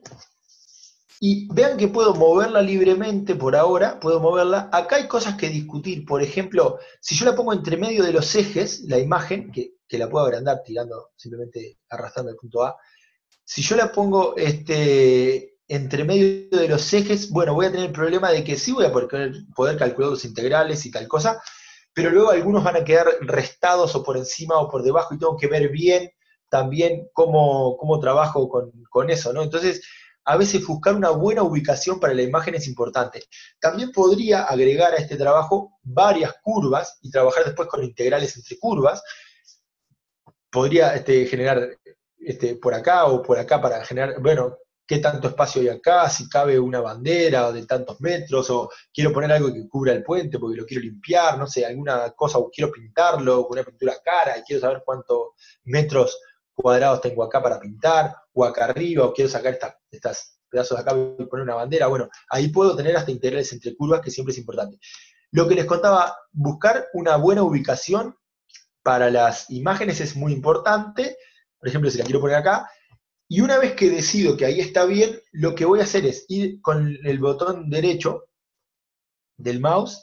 y vean que puedo moverla libremente por ahora, puedo moverla. Acá hay cosas que discutir, por ejemplo, si yo la pongo entre medio de los ejes, la imagen, que la puedo agrandar tirando, simplemente arrastrando el punto A, si yo la pongo entre medio de los ejes, bueno, voy a tener el problema de que sí voy a poder calcular los integrales y tal cosa, pero luego algunos van a quedar restados o por encima o por debajo y tengo que ver bien también cómo trabajo con eso, ¿no? Entonces, a veces buscar una buena ubicación para la imagen es importante. También podría agregar a este trabajo varias curvas y trabajar después con integrales entre curvas. Podría generar por acá o por acá para generar, bueno, qué tanto espacio hay acá, si cabe una bandera de tantos metros, o quiero poner algo que cubra el puente porque lo quiero limpiar, no sé, alguna cosa, o quiero pintarlo con una pintura cara, y quiero saber cuántos metros cuadrados tengo acá para pintar, o acá arriba, o quiero sacar estas pedazos de acá y poner una bandera. Bueno, ahí puedo tener hasta integrales entre curvas, que siempre es importante. Lo que les contaba, buscar una buena ubicación para las imágenes es muy importante. Por ejemplo, si la quiero poner acá, y una vez que decido que ahí está bien, lo que voy a hacer es ir con el botón derecho del mouse,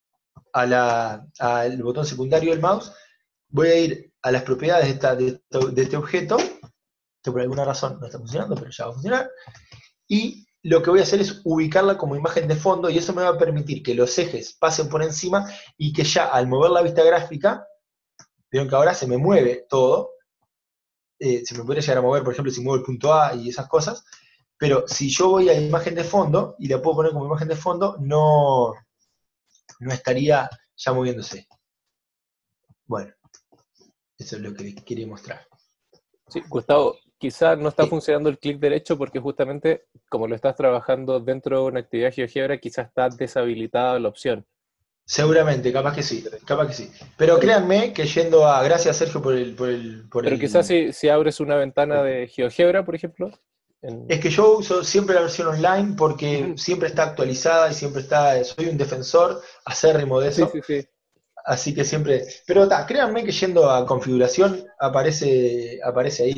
al botón secundario del mouse, voy a ir a las propiedades de este objeto, que por alguna razón no está funcionando, pero ya va a funcionar, y lo que voy a hacer es ubicarla como imagen de fondo, y eso me va a permitir que los ejes pasen por encima, y que ya al mover la vista gráfica, vieron que ahora se me mueve todo, se me podría llegar a mover, por ejemplo, si muevo el punto A y esas cosas, pero si yo voy a imagen de fondo, y la puedo poner como imagen de fondo, no estaría ya moviéndose. Bueno, eso es lo que les quería mostrar. Sí, Gustavo, quizás no está Sí. funcionando el clic derecho porque justamente, como lo estás trabajando dentro de una actividad GeoGebra, quizás está deshabilitada la opción. Seguramente, capaz que sí, Pero créanme que yendo a... Gracias, Sergio, Pero quizás si abres una ventana de GeoGebra, por ejemplo. Es que yo uso siempre la versión online porque Ujú. siempre está actualizada y siempre está... Soy un defensor acérrimo de Sí, eso. sí, sí. Así que siempre... Pero créanme que yendo a configuración aparece ahí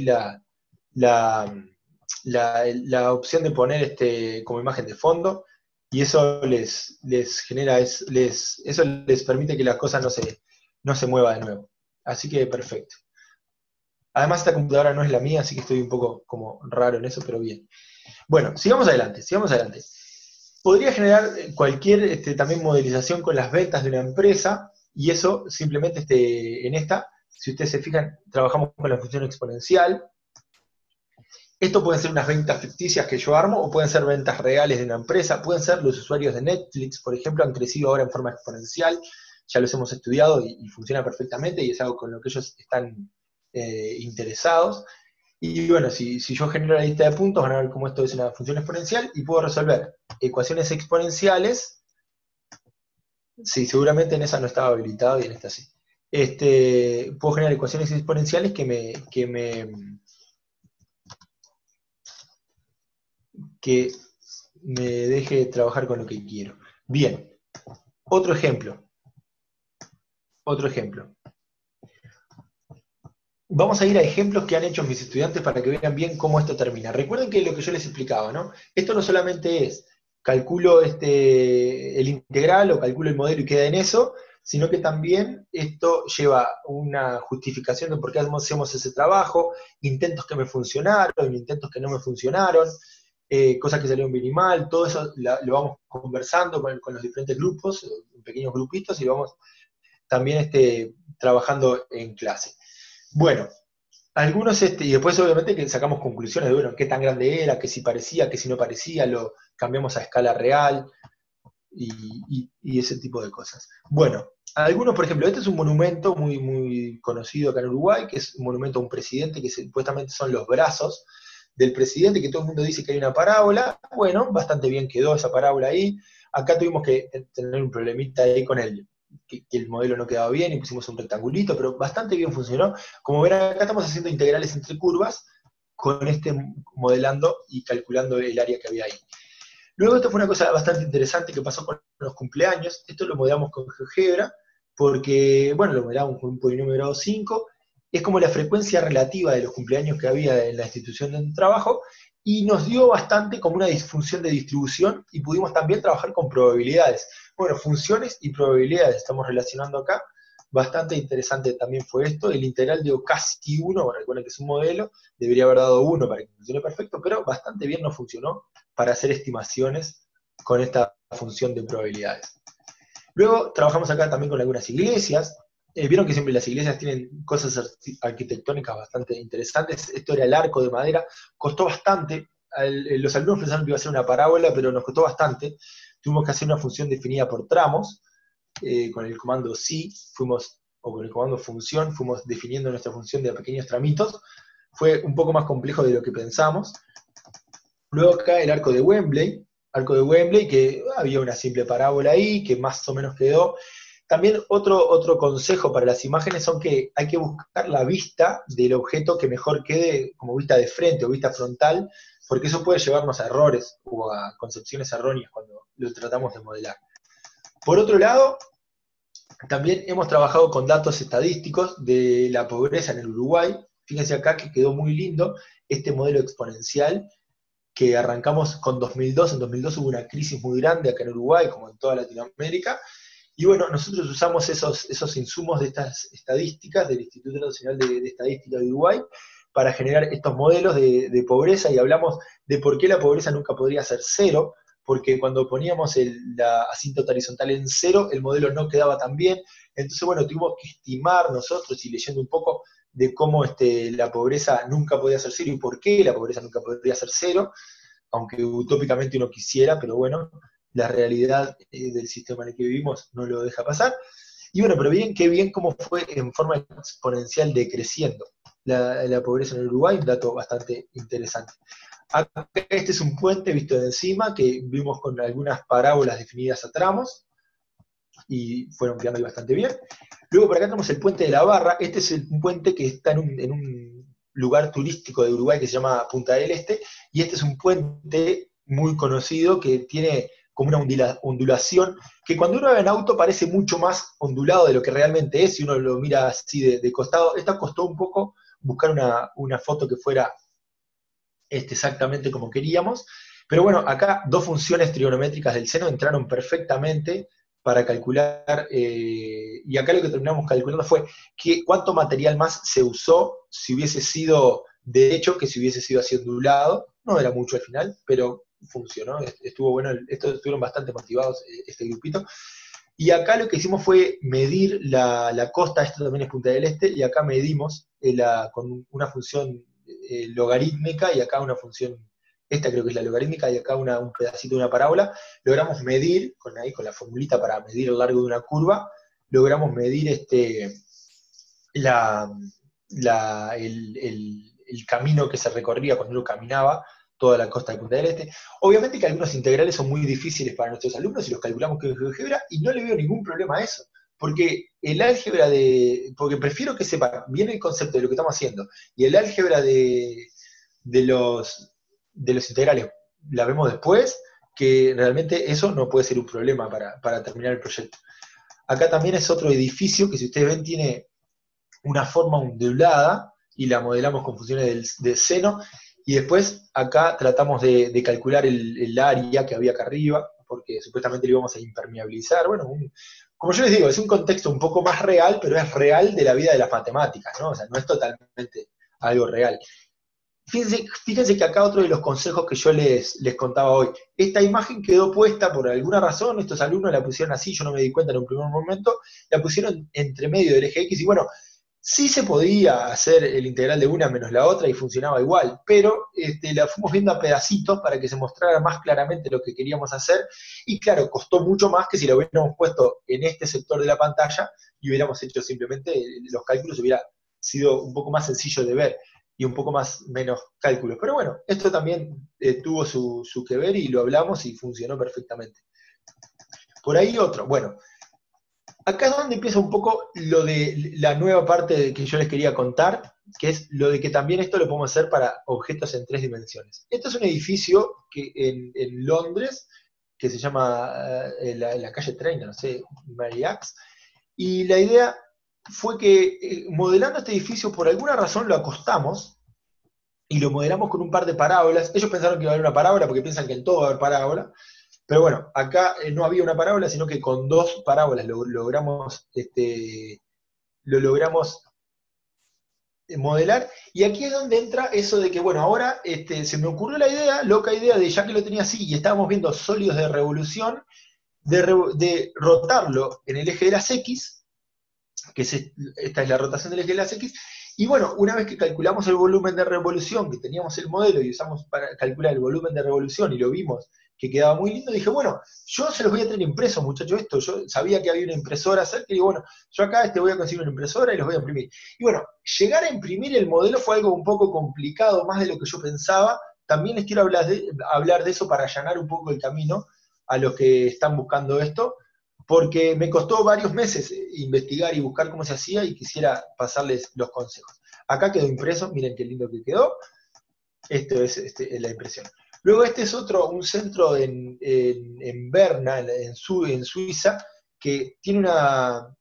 la opción de poner como imagen de fondo, y eso les genera, eso les permite que la cosa no se mueva de nuevo. Así que perfecto. Además esta computadora no es la mía, así que estoy un poco como raro en eso, pero bien. Bueno, sigamos adelante. Podría generar cualquier también modelización con las ventas de una empresa, y eso simplemente en esta, si ustedes se fijan, trabajamos con la función exponencial. Esto pueden ser unas ventas ficticias que yo armo, o pueden ser ventas reales de una empresa, pueden ser los usuarios de Netflix, por ejemplo, han crecido ahora en forma exponencial, ya los hemos estudiado y funciona perfectamente, y es algo con lo que ellos están interesados. Y bueno, si yo genero la lista de puntos, van a ver cómo esto es una función exponencial, y puedo resolver ecuaciones exponenciales. Sí, seguramente en esa no estaba habilitado y en esta sí. Puedo generar ecuaciones exponenciales que me deje trabajar con lo que quiero. Bien, otro ejemplo. Vamos a ir a ejemplos que han hecho mis estudiantes para que vean bien cómo esto termina. Recuerden que lo que yo les explicaba, ¿no? Esto no solamente es calculo el integral o calculo el modelo y queda en eso, sino que también esto lleva una justificación de por qué hacemos ese trabajo, intentos que me funcionaron, intentos que no me funcionaron, cosas que salieron bien y mal, todo eso lo vamos conversando con los diferentes grupos, en pequeños grupitos, y vamos también trabajando en clase. Bueno, algunos, y después obviamente que sacamos conclusiones de, bueno, qué tan grande era, que si parecía, que si no parecía, lo cambiamos a escala real, y ese tipo de cosas. Bueno, algunos, por ejemplo, este es un monumento muy, muy conocido acá en Uruguay, que es un monumento a un presidente, que supuestamente son los brazos del presidente, que todo el mundo dice que hay una parábola. Bueno, bastante bien quedó esa parábola ahí. Acá tuvimos que tener un problemita ahí con él, que el modelo no quedaba bien y pusimos un rectangulito, pero bastante bien funcionó. Como verán, acá estamos haciendo integrales entre curvas, con modelando y calculando el área que había ahí. Luego esto fue una cosa bastante interesante que pasó con los cumpleaños. Esto lo modelamos con GeoGebra, porque, bueno, lo modelamos con un polinomio de grado 5, es como la frecuencia relativa de los cumpleaños que había en la institución de trabajo, y nos dio bastante como una función de distribución, y pudimos también trabajar con probabilidades. Bueno, funciones y probabilidades estamos relacionando acá. Bastante interesante también fue esto. El integral dio casi 1, recuerden que es un modelo, debería haber dado 1 para que funcione perfecto, pero bastante bien nos funcionó para hacer estimaciones con esta función de probabilidades. Luego trabajamos acá también con algunas iglesias. Vieron que siempre las iglesias tienen cosas arquitectónicas bastante interesantes. Esto era el arco de madera, costó bastante. Los alumnos pensaron que iba a ser una parábola, pero nos costó bastante. Tuvimos que hacer una función definida por tramos. Con el comando si, o con el comando función, fuimos definiendo nuestra función de pequeños tramitos. Fue un poco más complejo de lo que pensamos. Luego acá el arco de Wembley, que había una simple parábola ahí, que más o menos quedó. También otro consejo para las imágenes son que hay que buscar la vista del objeto que mejor quede como vista de frente o vista frontal, porque eso puede llevarnos a errores o a concepciones erróneas cuando lo tratamos de modelar. Por otro lado, también hemos trabajado con datos estadísticos de la pobreza en el Uruguay. Fíjense acá que quedó muy lindo este modelo exponencial que arrancamos con 2002. En 2002 hubo una crisis muy grande acá en Uruguay, como en toda Latinoamérica. Y bueno, nosotros usamos esos insumos de estas estadísticas del Instituto Nacional de Estadística de Uruguay para generar estos modelos de pobreza, y hablamos de por qué la pobreza nunca podría ser 0, porque cuando poníamos la asíntota horizontal en 0, el modelo no quedaba tan bien. Entonces, bueno, tuvimos que estimar nosotros, y leyendo un poco de cómo la pobreza nunca podía ser 0 y por qué la pobreza nunca podría ser 0, aunque utópicamente uno quisiera, pero bueno, la realidad del sistema en el que vivimos no lo deja pasar. Y bueno, pero qué bien cómo fue en forma exponencial decreciendo la pobreza en el Uruguay, un dato bastante interesante. Acá este es un puente visto de encima, que vimos con algunas parábolas definidas a tramos, y fueron quedando ahí bastante bien. Luego por acá tenemos el puente de la Barra. Este es un puente que está en un lugar turístico de Uruguay que se llama Punta del Este, y este es un puente muy conocido que tiene como una ondulación, que cuando uno va en auto parece mucho más ondulado de lo que realmente es, si uno lo mira así de costado. Esta costó un poco buscar una foto que fuera exactamente como queríamos, pero bueno, acá dos funciones trigonométricas del seno entraron perfectamente para calcular, y acá lo que terminamos calculando fue cuánto material más se usó si hubiese sido derecho que si hubiese sido así ondulado. No era mucho al final, pero funcionó, estuvo bueno, estuvieron bastante motivados este grupito. Y acá lo que hicimos fue medir la costa. Esto también es Punta del Este, y acá medimos con una función logarítmica, y acá una función, esta creo que es la logarítmica, y acá un pedacito de una parábola. Logramos medir, con la formulita para medir el largo de una curva, logramos medir el camino que se recorría cuando uno caminaba toda la costa de Punta del Este. Obviamente que algunos integrales son muy difíciles para nuestros alumnos y los calculamos con GeoGebra, y no le veo ningún problema a eso, porque el álgebra porque prefiero que sepan bien el concepto de lo que estamos haciendo, y el álgebra de los integrales la vemos después, que realmente eso no puede ser un problema para terminar el proyecto. Acá también es otro edificio que, si ustedes ven, tiene una forma ondulada, y la modelamos con funciones del seno. Y después acá tratamos de calcular el área que había acá arriba, porque supuestamente lo íbamos a impermeabilizar. Bueno, como yo les digo, es un contexto un poco más real, pero es real de la vida de las matemáticas, ¿no? O sea, no es totalmente algo real. Fíjense que acá otro de los consejos que yo les contaba hoy, esta imagen quedó puesta por alguna razón, estos alumnos la pusieron así, yo no me di cuenta en un primer momento, la pusieron entre medio del eje X, y bueno, sí se podía hacer el integral de una menos la otra y funcionaba igual, pero la fuimos viendo a pedacitos para que se mostrara más claramente lo que queríamos hacer, y claro, costó mucho más que si lo hubiéramos puesto en este sector de la pantalla y hubiéramos hecho simplemente los cálculos. Hubiera sido un poco más sencillo de ver y un poco menos cálculos. Pero bueno, esto también tuvo su que ver, y lo hablamos y funcionó perfectamente. Por ahí otro, bueno. Acá es donde empieza un poco lo de la nueva parte que yo les quería contar, que es lo de que también esto lo podemos hacer para objetos en 3 dimensiones. Esto es un edificio que en Londres, que se llama la calle 30, no sé, Mary Axe, y la idea fue que modelando este edificio, por alguna razón lo acostamos, y lo modelamos con un par de parábolas. Ellos pensaron que iba a haber una parábola, porque piensan que en todo va a haber parábola, pero bueno, acá no había una parábola, sino que con 2 parábolas lo logramos modelar, y aquí es donde entra eso de que, bueno, ahora se me ocurrió la idea, loca idea, de ya que lo tenía así, y estábamos viendo sólidos de revolución, de rotarlo en el eje de las X, que esta es la rotación del eje de las X, y bueno, una vez que calculamos el volumen de revolución, que teníamos el modelo y usamos para calcular el volumen de revolución y lo vimos que quedaba muy lindo, dije, bueno, yo se los voy a tener impresos, muchachos, esto, yo sabía que había una impresora cerca, y digo, bueno, yo acá voy a conseguir una impresora y los voy a imprimir. Y bueno, llegar a imprimir el modelo fue algo un poco complicado, más de lo que yo pensaba. También les quiero hablar de eso para allanar un poco el camino a los que están buscando esto, porque me costó varios meses investigar y buscar cómo se hacía, y quisiera pasarles los consejos. Acá quedó impreso, miren qué lindo que quedó. Esto es la impresión. Luego es un centro en Berna, en Suiza, que tiene una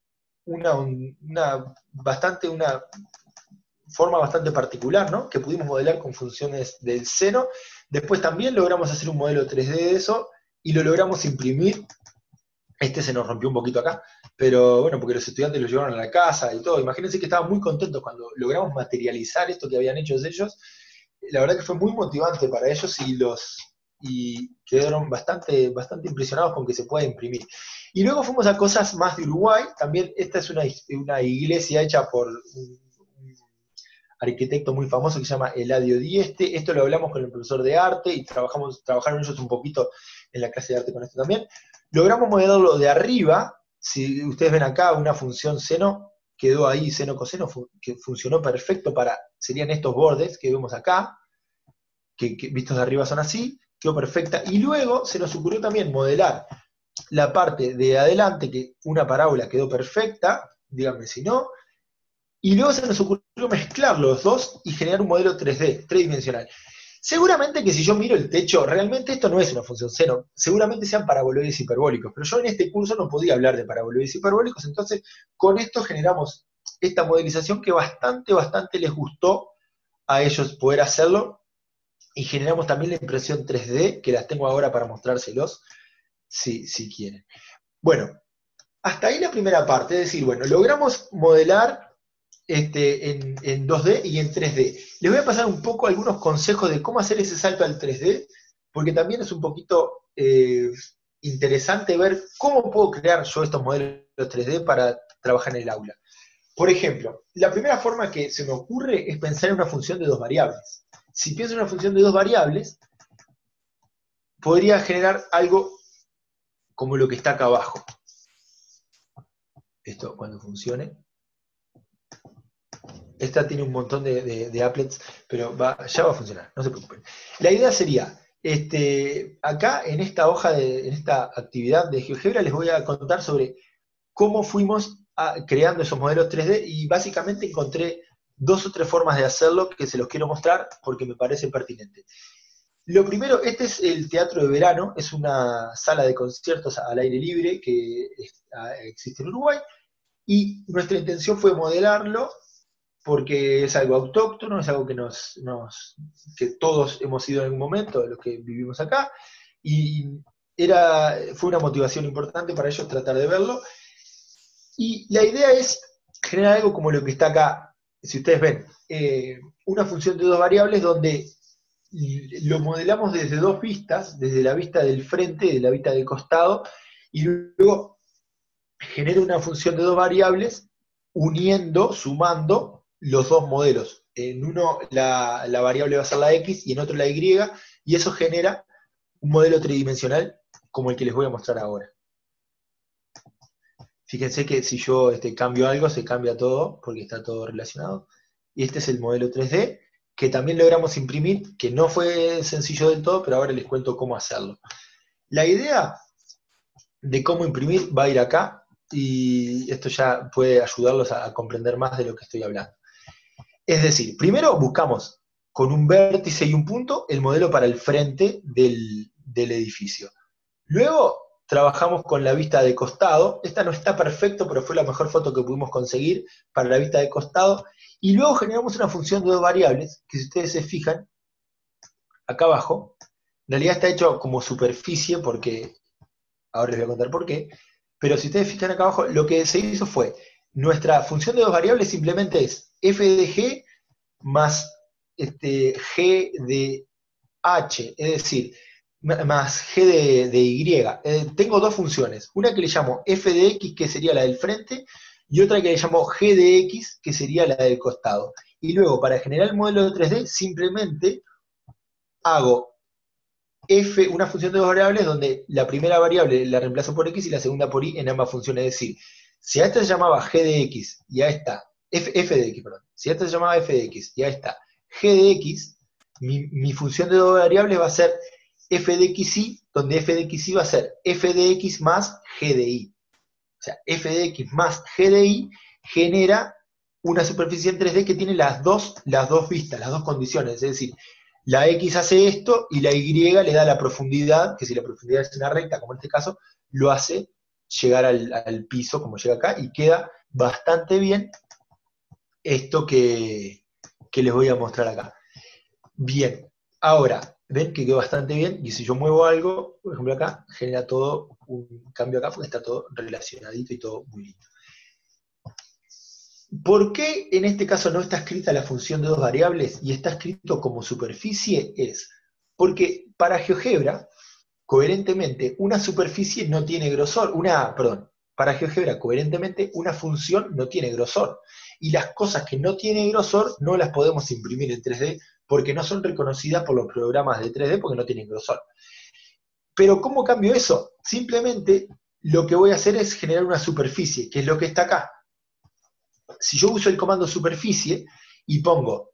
forma bastante particular, ¿no? Que pudimos modelar con funciones del seno. Después también logramos hacer un modelo 3D de eso, y lo logramos imprimir. Se nos rompió un poquito acá, pero bueno, porque los estudiantes lo llevaron a la casa y todo. Imagínense que estaban muy contentos cuando logramos materializar esto que habían hecho ellos. La verdad que fue muy motivante para ellos, y quedaron bastante impresionados con que se pueda imprimir. Y luego fuimos a cosas más de Uruguay. También esta es una iglesia hecha por un arquitecto muy famoso que se llama Eladio Dieste. Esto lo hablamos con el profesor de arte, y trabajaron ellos un poquito en la clase de arte con esto también. Logramos modelarlo de arriba. Si ustedes ven acá una función seno, quedó ahí seno coseno, que funcionó perfecto serían estos bordes que vemos acá, que vistos de arriba son así, quedó perfecta. Y luego se nos ocurrió también modelar la parte de adelante, que una parábola quedó perfecta, díganme si no, y luego se nos ocurrió mezclar los dos y generar un modelo 3D, tridimensional. Seguramente que si yo miro el techo, realmente esto no es una función seno, seguramente sean paraboloides hiperbólicos, pero yo en este curso no podía hablar de paraboloides hiperbólicos, entonces con esto generamos esta modelización que bastante les gustó a ellos poder hacerlo, y generamos también la impresión 3D, que las tengo ahora para mostrárselos, si quieren. Bueno, hasta ahí la primera parte, es decir, bueno, logramos modelar en 2D y en 3D. Les voy a pasar un poco algunos consejos de cómo hacer ese salto al 3D, porque también es un poquito interesante ver cómo puedo crear yo estos modelos 3D para trabajar en el aula. Por ejemplo, la primera forma que se me ocurre es pensar en una función de 2 variables. Si pienso en una función de 2 variables, podría generar algo como lo que está acá abajo. Esto, cuando funcione. Esta tiene un montón de applets, pero ya va a funcionar, no se preocupen. La idea sería, acá en esta hoja, en esta actividad de GeoGebra, les voy a contar sobre cómo fuimos creando esos modelos 3D, y básicamente encontré 2 o 3 formas de hacerlo que se los quiero mostrar porque me parece pertinente. Lo primero, este es el Teatro de Verano, es una sala de conciertos al aire libre que existe en Uruguay, y nuestra intención fue modelarlo porque es algo autóctono, es algo que todos hemos ido en algún momento, de los que vivimos acá, y fue una motivación importante para ellos tratar de verlo. Y la idea es generar algo como lo que está acá, si ustedes ven, una función de 2 variables donde lo modelamos desde 2 vistas, desde la vista del frente y de la vista del costado, y luego genera una función de 2 variables sumando los 2 modelos. En uno la variable va a ser la X y en otro la Y, y eso genera un modelo tridimensional como el que les voy a mostrar ahora. Fíjense que si yo cambio algo, se cambia todo, porque está todo relacionado. Y este es el modelo 3D, que también logramos imprimir, que no fue sencillo del todo, pero ahora les cuento cómo hacerlo. La idea de cómo imprimir va a ir acá, y esto ya puede ayudarlos a comprender más de lo que estoy hablando. Es decir, primero buscamos con un vértice y un punto el modelo para el frente del edificio. Luego trabajamos con la vista de costado. Esta no está perfecto, pero fue la mejor foto que pudimos conseguir para la vista de costado. Y luego generamos una función de dos variables, que si ustedes se fijan, acá abajo, en realidad está hecho como superficie, porque ahora les voy a contar por qué, pero si ustedes fijan acá abajo, lo que se hizo fue, nuestra función de dos variables simplemente es f de g más g de h, es decir, más g de y. Tengo dos funciones, una que le llamo f de x, que sería la del frente, y otra que le llamo g de x, que sería la del costado. Y luego, para generar el modelo de 3D, simplemente hago una función de dos variables donde la primera variable la reemplazo por x y la segunda por y en ambas funciones. Es decir, si a esta se llamaba g de x y a esta, f de x, perdón, si a esta se llamaba f de x y a esta g de x, mi función de dos variables va a ser f de xy, donde f de xy va a ser f de x más g de y. O sea, f de x más g de y genera una superficie en 3D que tiene las dos vistas, las dos condiciones. Es decir, la x hace esto y la y le da la profundidad, que si la profundidad es una recta, como en este caso, lo hace llegar al piso, como llega acá, y queda bastante bien esto que les voy a mostrar acá. Bien, ahora, ven que quedó bastante bien, y si yo muevo algo, por ejemplo acá, genera todo un cambio acá, porque está todo relacionadito y todo muy lindo. ¿Por qué en este caso no está escrita la función de dos variables y está escrito como superficie? Es porque para GeoGebra, coherentemente, una superficie no tiene grosor, para GeoGebra, coherentemente, una función no tiene grosor. Y las cosas que no tienen grosor no las podemos imprimir en 3D porque no son reconocidas por los programas de 3D porque no tienen grosor. Pero ¿cómo cambio eso? Simplemente lo que voy a hacer es generar una superficie, que es lo que está acá. Si yo uso el comando superficie y pongo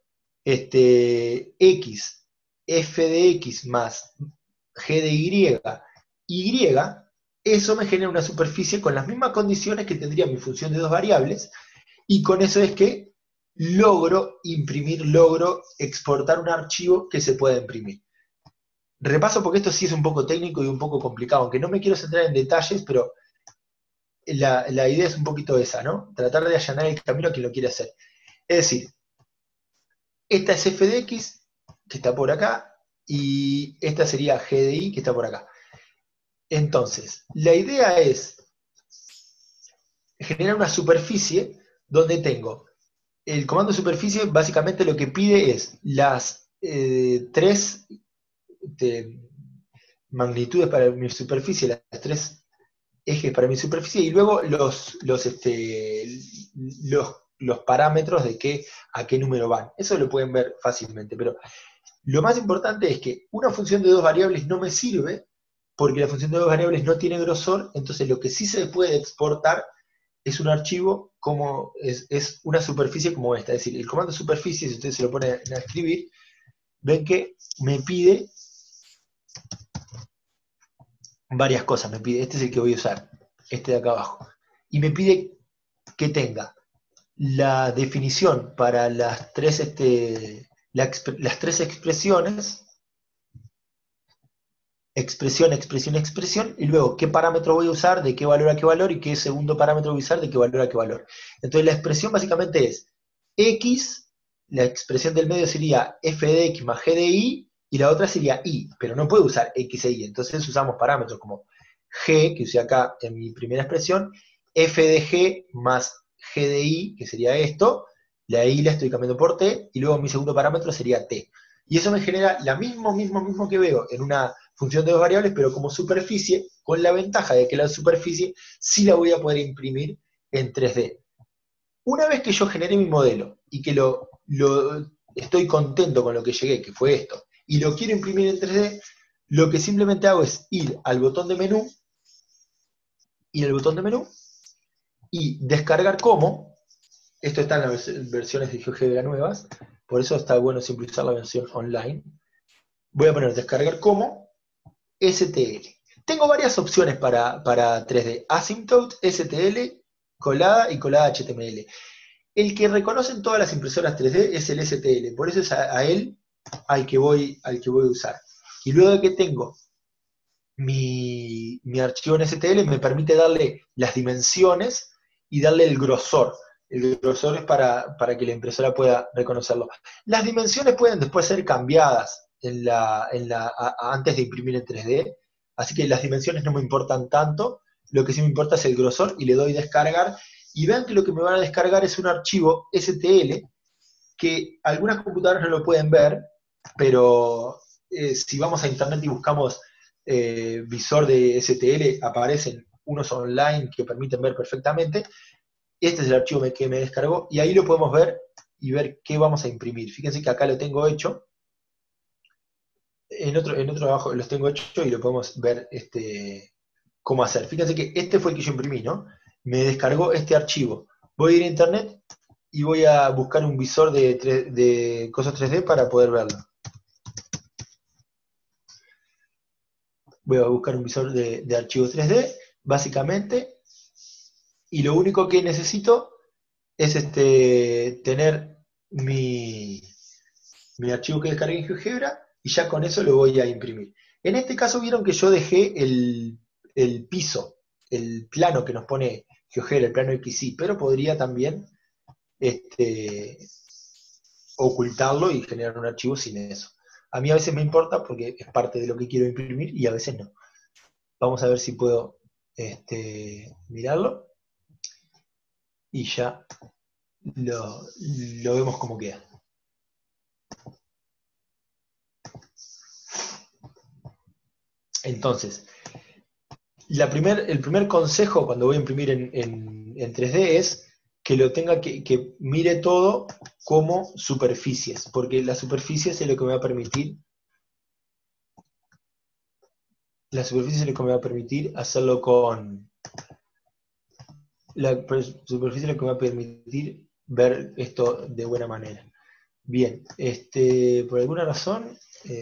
x, f de x más g de y, eso me genera una superficie con las mismas condiciones que tendría mi función de dos variables, y con eso es que logro imprimir, logro exportar un archivo que se pueda imprimir. Repaso porque esto sí es un poco técnico y un poco complicado, aunque no me quiero centrar en detalles, pero la idea es un poquito esa, ¿no? Tratar de allanar el camino a quien lo quiere hacer. Es decir, esta es f de x, que está por acá, y esta sería g de y, que está por acá. Entonces, la idea es generar una superficie donde tengo el comando superficie, básicamente lo que pide es las tres magnitudes para mi superficie, las tres ejes para mi superficie, y luego los parámetros de a qué número van. Eso lo pueden ver fácilmente, pero lo más importante es que una función de dos variables no me sirve, porque la función de dos variables no tiene grosor, entonces lo que sí se puede exportar es un archivo como es una superficie como esta. Es decir, el comando superficie, si ustedes se lo ponen a escribir, ven que me pide varias cosas. Me pide, este es el que voy a usar, este de acá abajo. Y me pide que tenga la definición para las tres expresiones, expresión, y luego qué parámetro voy a usar, de qué valor a qué valor, y qué segundo parámetro voy a usar, de qué valor a qué valor. Entonces la expresión básicamente es x, la expresión del medio sería f de x más g de y, y la otra sería y, pero no puedo usar x e y, entonces usamos parámetros como g, que usé acá en mi primera expresión, f de g más g de y, que sería esto, la y la estoy cambiando por t, y luego mi segundo parámetro sería t. Y eso me genera lo mismo que veo en una función de dos variables, pero como superficie, con la ventaja de que la superficie sí la voy a poder imprimir en 3D. Una vez que yo generé mi modelo y que estoy contento con lo que llegué, que fue esto, y lo quiero imprimir en 3D, lo que simplemente hago es ir al botón de menú, y descargar como. Esto está en las versiones de GeoGebra nuevas, por eso está bueno siempre usar la versión online. Voy a poner descargar como STL. Tengo varias opciones para 3D. Asymptote, STL, colada y colada HTML. El que reconocen todas las impresoras 3D es el STL, por eso es a él al que voy a usar. Y luego de que tengo mi archivo en STL me permite darle las dimensiones y darle el grosor. El grosor es para que la impresora pueda reconocerlo. Las dimensiones pueden después ser cambiadas antes de imprimir en 3D, así que las dimensiones no me importan tanto, lo que sí me importa es el grosor, y le doy descargar, y vean que lo que me van a descargar es un archivo STL, que algunas computadoras no lo pueden ver, pero si vamos a internet y buscamos visor de STL, aparecen unos online que permiten ver perfectamente. Este es el archivo que me descargó, y ahí lo podemos ver y ver qué vamos a imprimir. Fíjense que acá lo tengo hecho, en otro trabajo los tengo hecho y lo podemos ver cómo hacer. Fíjense que este fue el que yo imprimí, ¿no? Me descargó este archivo. Voy a ir a internet y voy a buscar un visor de cosas 3D para poder verlo. Voy a buscar un visor de archivos 3D, básicamente, y lo único que necesito es tener mi archivo que descargué en GeoGebra, y ya con eso lo voy a imprimir. En este caso vieron que yo dejé el piso, el plano que nos pone GeoGebra, el plano XY, pero podría también ocultarlo y generar un archivo sin eso. A mí a veces me importa porque es parte de lo que quiero imprimir y a veces no. Vamos a ver si puedo mirarlo y ya lo vemos como queda. Entonces, el primer consejo cuando voy a imprimir en 3D es que lo tenga que mire todo como superficies, porque la superficie es lo que me va a permitir hacerlo con la superficie, es lo que me va a permitir ver esto de buena manera. Bien, por alguna razón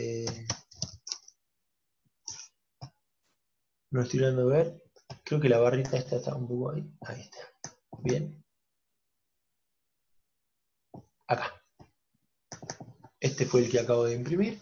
no estoy dando a ver, creo que la barrita esta está un poco ahí, ahí está, bien, acá, este fue el que acabo de imprimir.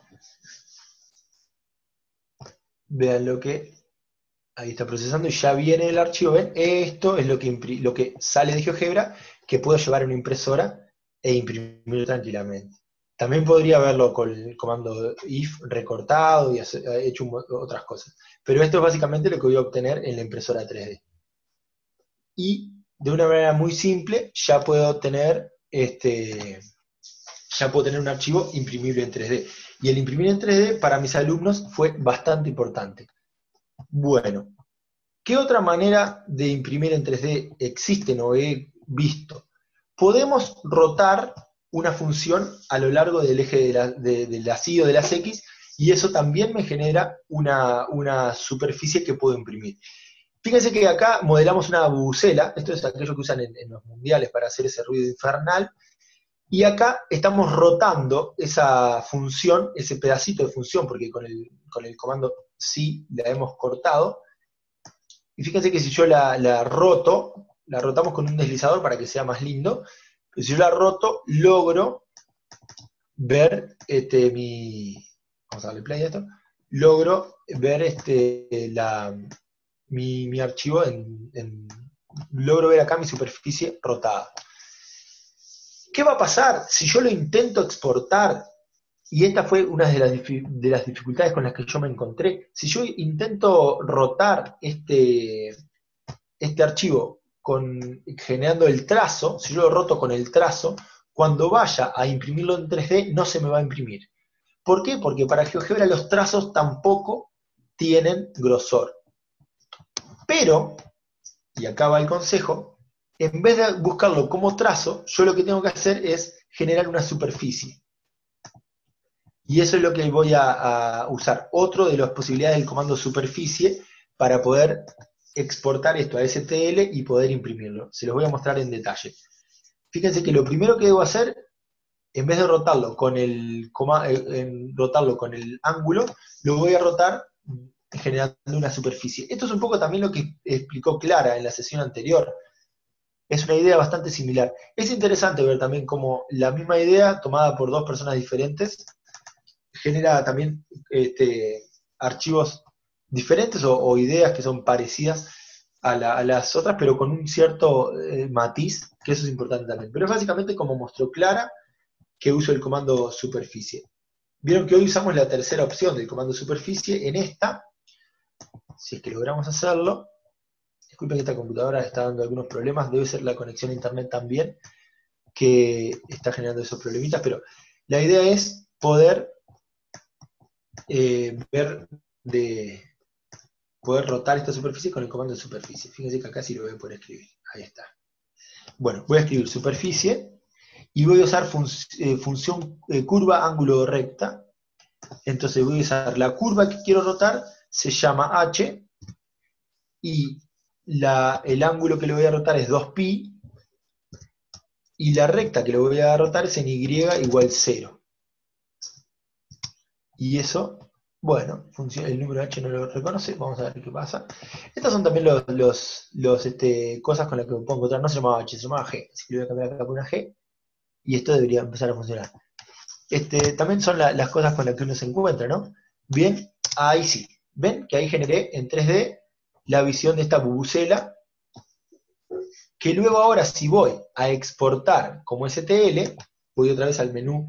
Vean lo que ahí está procesando y ya viene el archivo. ¿Ven? Esto es lo que sale de GeoGebra, que puedo llevar a una impresora e imprimir tranquilamente. También podría verlo con el comando if recortado y hecho otras cosas. Pero esto es básicamente lo que voy a obtener en la impresora 3D. Y de una manera muy simple ya puedo tener un archivo imprimible en 3D. Y el imprimir en 3D para mis alumnos fue bastante importante. Bueno, ¿qué otra manera de imprimir en 3D existe o he visto? Podemos rotar una función a lo largo del eje de las Y o de las X, y eso también me genera una superficie que puedo imprimir. Fíjense que acá modelamos una bubucela, esto es aquello que usan en los mundiales para hacer ese ruido infernal, y acá estamos rotando esa función, ese pedacito de función, porque con el comando sí la hemos cortado. Y fíjense que si yo la rotamos con un deslizador para que sea más lindo, pero si yo la roto, logro ver vamos a darle play a esto, logro ver mi archivo, logro ver acá mi superficie rotada. ¿Qué va a pasar si yo lo intento exportar? Y esta fue una de las dificultades con las que yo me encontré. Si yo intento rotar este archivo generando el trazo, si yo lo roto con el trazo, cuando vaya a imprimirlo en 3D no se me va a imprimir. ¿Por qué? Porque para GeoGebra los trazos tampoco tienen grosor. Pero, y acá va el consejo, en vez de buscarlo como trazo, yo lo que tengo que hacer es generar una superficie. Y eso es lo que voy a usar. Otro de las posibilidades del comando superficie para poder exportar esto a STL y poder imprimirlo. Se los voy a mostrar en detalle. Fíjense que lo primero que debo hacer, en vez de rotarlo con el ángulo, lo voy a rotar generando una superficie. Esto es un poco también lo que explicó Clara en la sesión anterior. Es una idea bastante similar. Es interesante ver también cómo la misma idea, tomada por dos personas diferentes, genera también archivos diferentes o ideas que son parecidas a las otras, pero con un cierto matiz, que eso es importante también. Pero es básicamente como mostró Clara, que uso el comando superficie. Vieron que hoy usamos la tercera opción del comando superficie. En esta, si es que logramos hacerlo, disculpen que esta computadora está dando algunos problemas, debe ser la conexión a internet también, que está generando esos problemitas, pero la idea es poder poder rotar esta superficie con el comando de superficie. Fíjense que acá sí lo voy a poder escribir. Ahí está. Bueno, voy a escribir superficie y voy a usar función curva ángulo recta. Entonces voy a usar la curva que quiero rotar, se llama h, y el ángulo que le voy a rotar es 2pi, y la recta que le voy a rotar es en y igual 0. Y eso, bueno, el número h no lo reconoce, vamos a ver qué pasa. Estas son también cosas con las que puedo encontrar, no se llamaba h, se llamaba g, así que le voy a cambiar acá por una g, y esto debería empezar a funcionar. También son las cosas con las que uno se encuentra, ¿no? Bien, ahí sí. ¿Ven? Que ahí generé en 3D la visión de esta bubucela, que luego ahora si voy a exportar como STL, voy otra vez al menú,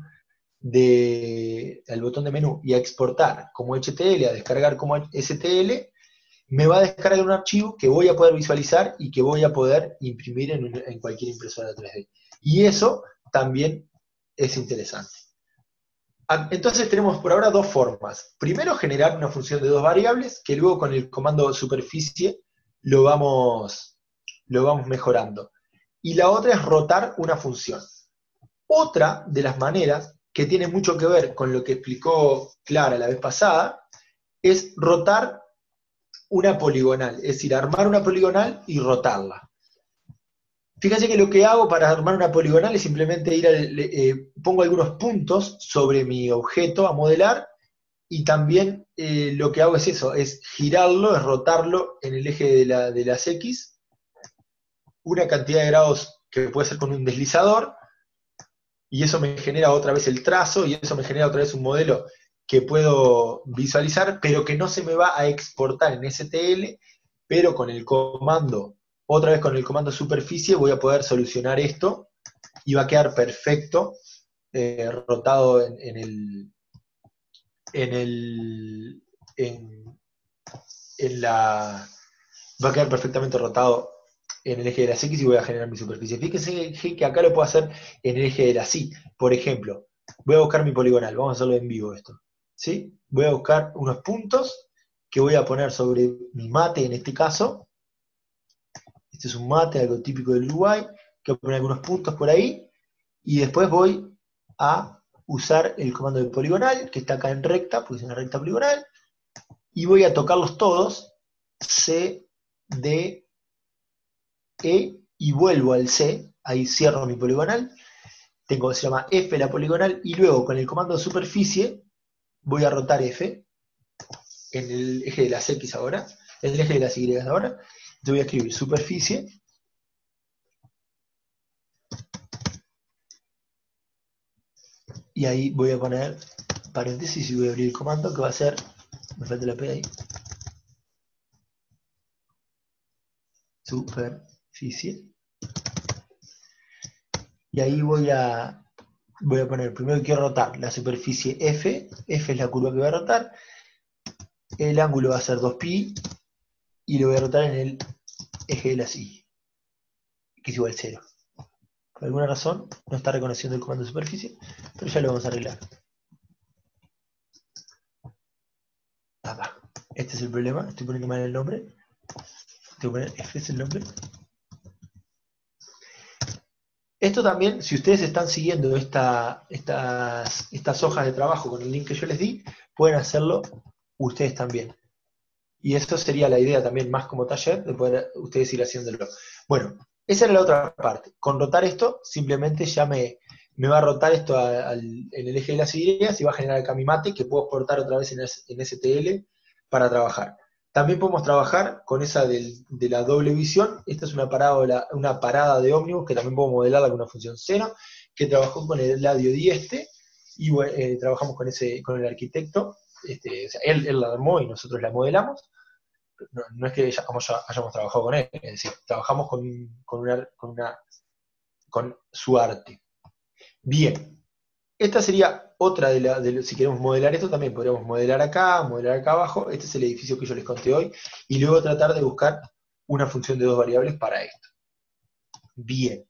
al botón de menú, y a exportar como HTL, a descargar como STL, me va a descargar un archivo que voy a poder visualizar y que voy a poder imprimir en cualquier impresora 3D. Y eso también es interesante. Entonces tenemos por ahora dos formas. Primero, generar una función de dos variables, que luego con el comando superficie lo vamos mejorando. Y la otra es rotar una función. Otra de las maneras, que tiene mucho que ver con lo que explicó Clara la vez pasada, es rotar una poligonal, es decir, armar una poligonal y rotarla. Fíjense que lo que hago para armar una poligonal es simplemente pongo algunos puntos sobre mi objeto a modelar, y también lo que hago es eso, es girarlo, es rotarlo en el eje de las X, una cantidad de grados que puede ser con un deslizador, y eso me genera otra vez el trazo, y eso me genera otra vez un modelo que puedo visualizar, pero que no se me va a exportar en STL, pero con el comando, otra vez con el comando superficie, voy a poder solucionar esto, y va a quedar perfecto, rotado va a quedar perfectamente rotado en el eje de las X, y voy a generar mi superficie. Fíjense que acá lo puedo hacer en el eje de las Y. Por ejemplo, voy a buscar mi poligonal, vamos a hacerlo en vivo esto, ¿sí? Voy a buscar unos puntos que voy a poner sobre mi mate en este caso. Este es un mate, algo típico del Uruguay, que voy a poner algunos puntos por ahí, y después voy a usar el comando de poligonal, que está acá en recta, porque es una recta poligonal, y voy a tocarlos todos, C, D, E, y vuelvo al C, ahí cierro mi poligonal, se llama F la poligonal, y luego con el comando de superficie voy a rotar F, en el eje de las X ahora, en el eje de las Y ahora, entonces voy a escribir superficie, y ahí voy a poner paréntesis y voy a abrir el comando que va a ser, me falta la P ahí, superficie, y ahí voy a poner, primero que quiero rotar la superficie F es la curva que voy a rotar, el ángulo va a ser 2pi, y lo voy a rotar en el eje de las Y, que es igual a 0. Por alguna razón no está reconociendo el comando de superficie, pero ya lo vamos a arreglar. Acá. Este es el problema, estoy poniendo mal el nombre. Tengo que poner F es el nombre. Esto también, si ustedes están siguiendo estas hojas de trabajo con el link que yo les di, pueden hacerlo ustedes también. Y eso sería la idea también, más como taller, de poder ustedes ir haciéndolo. Bueno, esa era la otra parte. Con rotar esto, simplemente ya me va a rotar esto en el eje de las Y, y va a generar acá mi mate, que puedo exportar otra vez en STL para trabajar. También podemos trabajar con esa de la doble visión. Esta es una parada de ómnibus, que también puedo modelarla con una función seno, que trabajó con el ladio dieste, y trabajamos con el arquitecto, o sea, él la armó y nosotros la modelamos. No es que hayamos trabajado con él, es decir, trabajamos con su arte. Bien, esta sería otra si queremos modelar esto, también podríamos modelar acá abajo. Este es el edificio que yo les conté hoy, y luego tratar de buscar una función de dos variables para esto. Bien,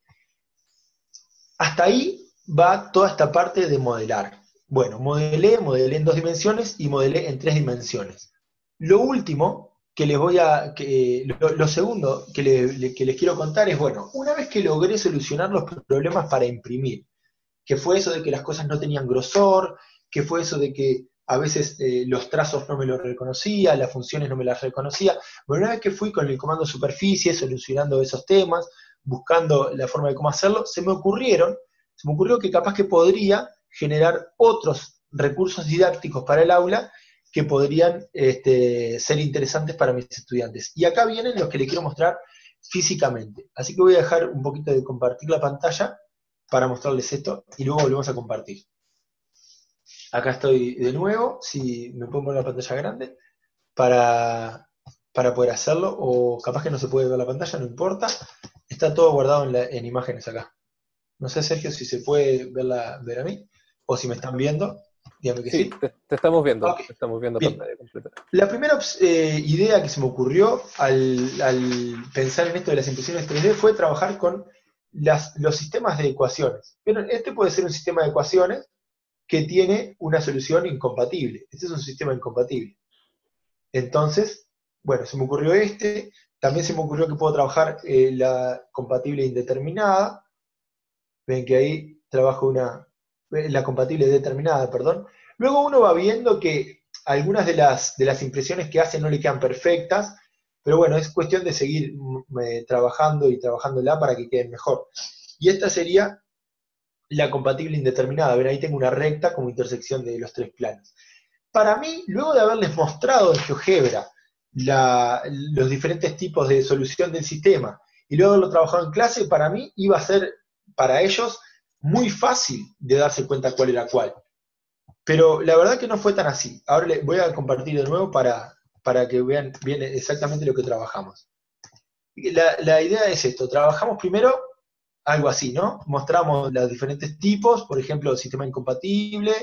hasta ahí va toda esta parte de modelar. Bueno, modelé en 2 dimensiones y modelé en 3 dimensiones. Lo último que les lo segundo que les quiero contar es, bueno, una vez que logré solucionar los problemas para imprimir, que fue eso de que las cosas no tenían grosor, que fue eso de que a veces los trazos no me los reconocía, las funciones no me las reconocía. Bueno, una vez que fui con el comando superficie, solucionando esos temas, buscando la forma de cómo hacerlo, se me ocurrió que capaz que podría generar otros recursos didácticos para el aula que podrían ser interesantes para mis estudiantes. Y acá vienen los que les quiero mostrar físicamente. Así que voy a dejar un poquito de compartir la pantalla para mostrarles esto, y luego volvemos a compartir. Acá estoy de nuevo, si me pongo en la pantalla grande, para poder hacerlo, o capaz que no se puede ver la pantalla, no importa. Está todo guardado en imágenes acá. No sé, Sergio, si se puede ver a mí, o si me están viendo. Dígame que sí. Te estamos viendo, Okay. Te estamos viendo Bien. pantalla completa. La primera idea que se me ocurrió al pensar en esto de las impresiones 3D fue trabajar con los sistemas de ecuaciones. Pero este puede ser un sistema de ecuaciones que tiene una solución incompatible. Este es un sistema incompatible. Entonces, bueno, se me ocurrió también se me ocurrió que puedo trabajar la compatible indeterminada. Ven que ahí trabajo la compatible determinada, perdón. Luego uno va viendo que algunas de las impresiones que hace no le quedan perfectas, pero bueno, es cuestión de seguir trabajando y trabajándola para que queden mejor. Y esta sería la compatible indeterminada. Ven, ahí tengo una recta como intersección de los 3 planos. Para mí, luego de haberles mostrado en GeoGebra los diferentes tipos de solución del sistema, y luego haberlo trabajado en clase, para mí iba a ser, para ellos, muy fácil de darse cuenta cuál era cuál. Pero la verdad que no fue tan así. Ahora les voy a compartir de nuevo para que vean bien exactamente lo que trabajamos. La idea es esto: trabajamos primero algo así, ¿no? Mostramos los diferentes tipos, por ejemplo, sistema incompatible,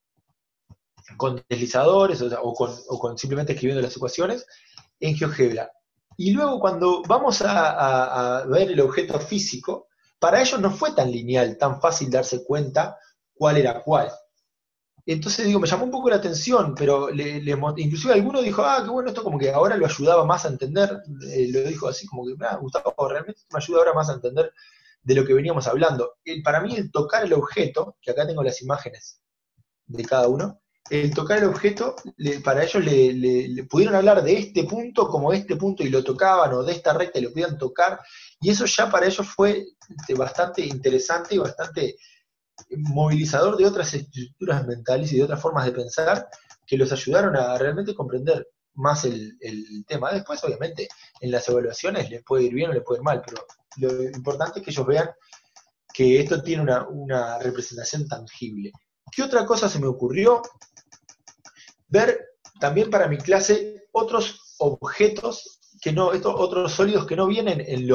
con deslizadores, o con simplemente escribiendo las ecuaciones, en GeoGebra. Y luego cuando vamos a ver el objeto físico, para ellos no fue tan lineal, tan fácil darse cuenta cuál era cuál. Entonces digo, me llamó un poco la atención, pero inclusive alguno dijo, qué bueno, esto como que ahora lo ayudaba más a entender, lo dijo así como que, Gustavo, realmente me ayuda ahora más a entender de lo que veníamos hablando. Para mí el tocar el objeto, que acá tengo las imágenes de cada uno, el tocar el objeto, para ellos le pudieron hablar de este punto como este punto y lo tocaban, o de esta recta y lo podían tocar, y eso ya para ellos fue bastante interesante y bastante movilizador de otras estructuras mentales y de otras formas de pensar que los ayudaron a realmente comprender más el tema. Después, obviamente, en las evaluaciones les puede ir bien o les puede ir mal, pero lo importante es que ellos vean que esto tiene una representación tangible. ¿Qué otra cosa se me ocurrió? Ver también para mi clase otros objetos, otros sólidos que no vienen en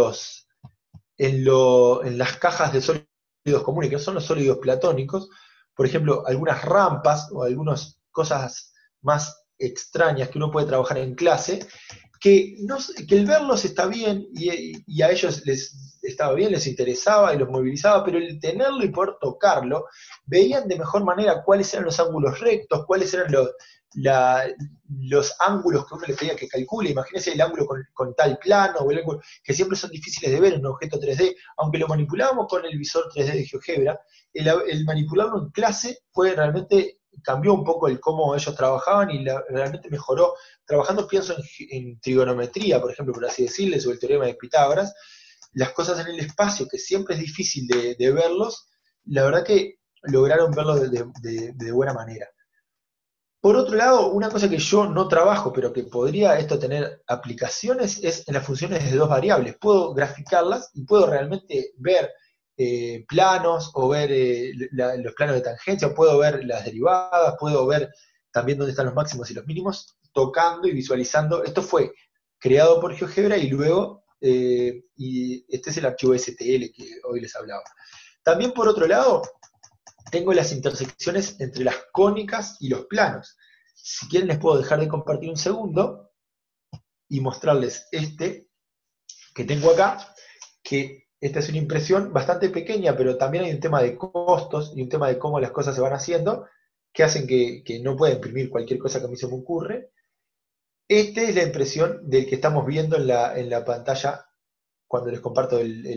las cajas de sólidos comunes, que no son los sólidos platónicos. Por ejemplo, algunas rampas o algunas cosas más extrañas que uno puede trabajar en clase, que el verlos está bien, y a ellos les estaba bien, les interesaba y los movilizaba, pero el tenerlo y poder tocarlo, veían de mejor manera cuáles eran los ángulos rectos, cuáles eran los ángulos que uno le pedía que calcule. Imagínense el ángulo con tal plano, o el ángulo, que siempre son difíciles de ver en un objeto 3D, aunque lo manipulábamos con el visor 3D de GeoGebra, el manipularlo en clase cambió un poco el cómo ellos trabajaban, y realmente mejoró. Trabajando, pienso en trigonometría, por ejemplo, por así decirles, o el teorema de Pitágoras, las cosas en el espacio, que siempre es difícil de verlos, la verdad que lograron verlo de buena manera. Por otro lado, una cosa que yo no trabajo, pero que podría esto tener aplicaciones, es en las funciones de dos variables. Puedo graficarlas y puedo realmente ver planos, o ver los planos de tangencia, o puedo ver las derivadas, puedo ver también dónde están los máximos y los mínimos, tocando y visualizando. Esto fue creado por GeoGebra y luego, y este es el archivo STL que hoy les hablaba. También por otro lado, tengo las intersecciones entre las cónicas y los planos. Si quieren les puedo dejar de compartir un segundo y mostrarles este que tengo acá, que esta es una impresión bastante pequeña, pero también hay un tema de costos y un tema de cómo las cosas se van haciendo, que hacen que no pueda imprimir cualquier cosa que a mí se me ocurre. Esta es la impresión del que estamos viendo en la pantalla cuando les comparto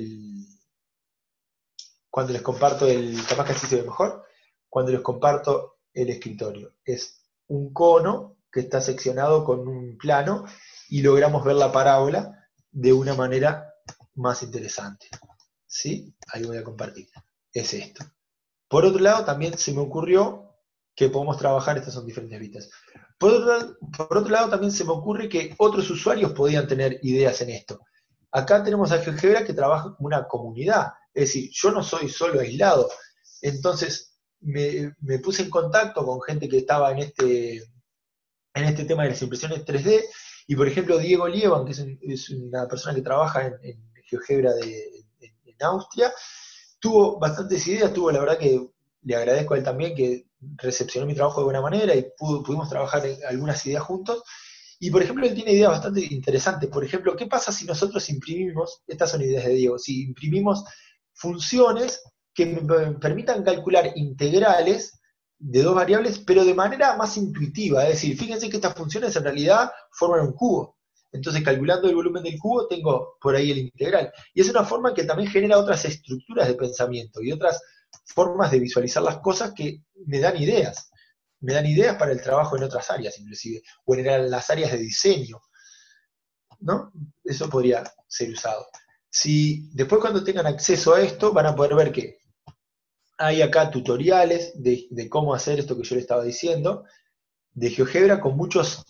capaz que así se ve mejor, cuando les comparto el escritorio. Es un cono que está seccionado con un plano y logramos ver la parábola de una manera más interesante. ¿Sí? Ahí voy a compartir. Es esto. Por otro lado, también se me ocurrió que podemos trabajar, estas son diferentes vistas. Por otro lado, también se me ocurre que otros usuarios podían tener ideas en esto. Acá tenemos a GeoGebra que trabaja como una comunidad, es decir, yo no soy solo aislado. Entonces me puse en contacto con gente que estaba en este tema de las impresiones 3D, y por ejemplo Diego Lieban, que es una persona que trabaja en GeoGebra en Austria, tuvo bastantes ideas, la verdad que le agradezco a él también que recepcionó mi trabajo de buena manera y pudimos trabajar en algunas ideas juntos. Y por ejemplo, él tiene ideas bastante interesantes. Por ejemplo, ¿qué pasa si nosotros imprimimos, estas son ideas de Diego, si imprimimos funciones que me permitan calcular integrales de dos variables, pero de manera más intuitiva? Es decir, fíjense que estas funciones en realidad forman un cubo. Entonces, calculando el volumen del cubo, tengo por ahí el integral. Y es una forma que también genera otras estructuras de pensamiento y otras formas de visualizar las cosas que me dan ideas. Me dan ideas para el trabajo en otras áreas, inclusive, o en las áreas de diseño, ¿no? Eso podría ser usado. Si después cuando tengan acceso a esto, van a poder ver que hay acá tutoriales de cómo hacer esto que yo les estaba diciendo, de GeoGebra con muchos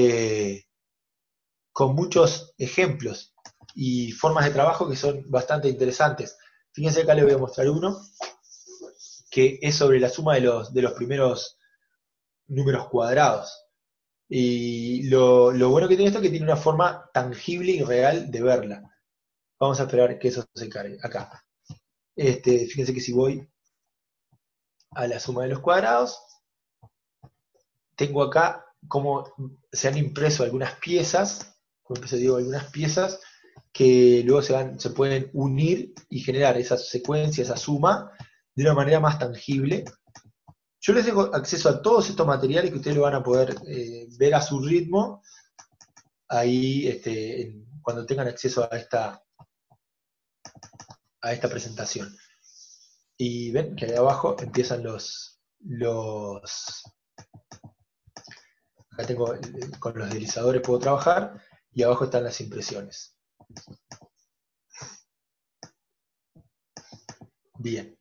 ejemplos y formas de trabajo que son bastante interesantes. Fíjense, acá les voy a mostrar uno, que es sobre la suma de los primeros números cuadrados. Y lo bueno que tiene esto es que tiene una forma tangible y real de verla. Vamos a esperar que eso se cargue. Acá. Fíjense que si voy a la suma de los cuadrados, tengo acá cómo se han impreso algunas piezas, algunas piezas que luego se pueden unir y generar esa secuencia, esa suma, de una manera más tangible. Yo les dejo acceso a todos estos materiales que ustedes lo van a poder ver a su ritmo, ahí cuando tengan acceso a esta presentación. Y ven que ahí abajo empiezan acá tengo, con los deslizadores puedo trabajar, y abajo están las impresiones. Bien.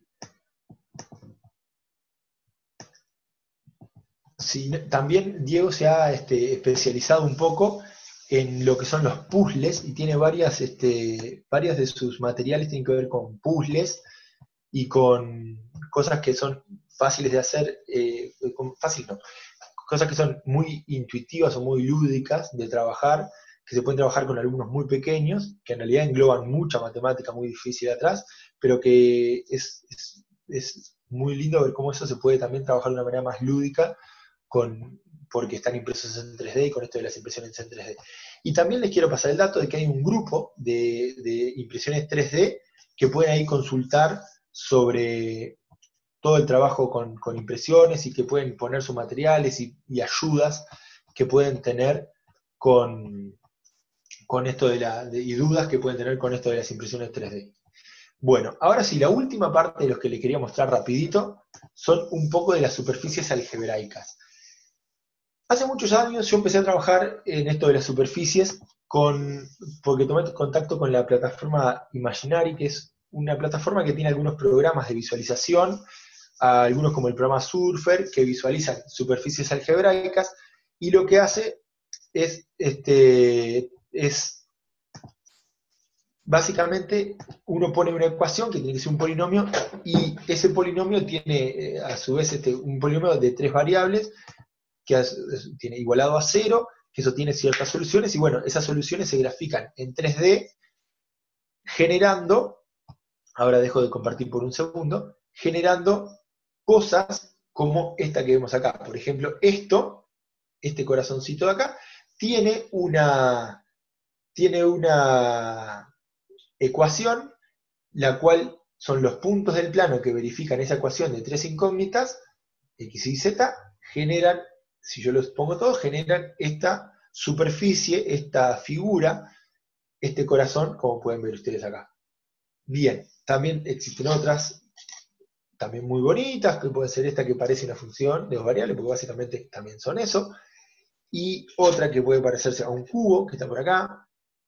Sí, también Diego se ha especializado un poco en lo que son los puzzles, y tiene varias de sus materiales tienen que ver con puzzles y con cosas que son fáciles de hacer, cosas que son muy intuitivas o muy lúdicas de trabajar, que se pueden trabajar con alumnos muy pequeños, que en realidad engloban mucha matemática muy difícil atrás, pero que es muy lindo ver cómo eso se puede también trabajar de una manera más lúdica, porque están impresos en 3D y con esto de las impresiones en 3D. Y también les quiero pasar el dato de que hay un grupo de impresiones 3D que pueden ahí consultar sobre todo el trabajo con impresiones, y que pueden poner sus materiales y ayudas que pueden tener con esto y dudas que pueden tener con esto de las impresiones 3D. Bueno, ahora sí, la última parte de los que les quería mostrar rapidito son un poco de las superficies algebraicas. Hace muchos años yo empecé a trabajar en esto de las superficies porque tomé contacto con la plataforma Imaginary, que es una plataforma que tiene algunos programas de visualización, algunos como el programa Surfer, que visualizan superficies algebraicas, y lo que hace es básicamente uno pone una ecuación que tiene que ser un polinomio, y ese polinomio tiene a su vez un polinomio de 3 variables, que tiene igualado a 0, que eso tiene ciertas soluciones, y bueno, esas soluciones se grafican en 3D, generando, ahora dejo de compartir por un segundo, generando cosas como esta que vemos acá. Por ejemplo, este corazoncito de acá, tiene una ecuación, la cual son los puntos del plano que verifican esa ecuación de 3 incógnitas, x y z, generan, si yo los pongo todos, generan esta superficie, esta figura, este corazón, como pueden ver ustedes acá. Bien, también existen otras, también muy bonitas, que puede ser esta que parece una función de 2 variables, porque básicamente también son eso, y otra que puede parecerse a un cubo, que está por acá.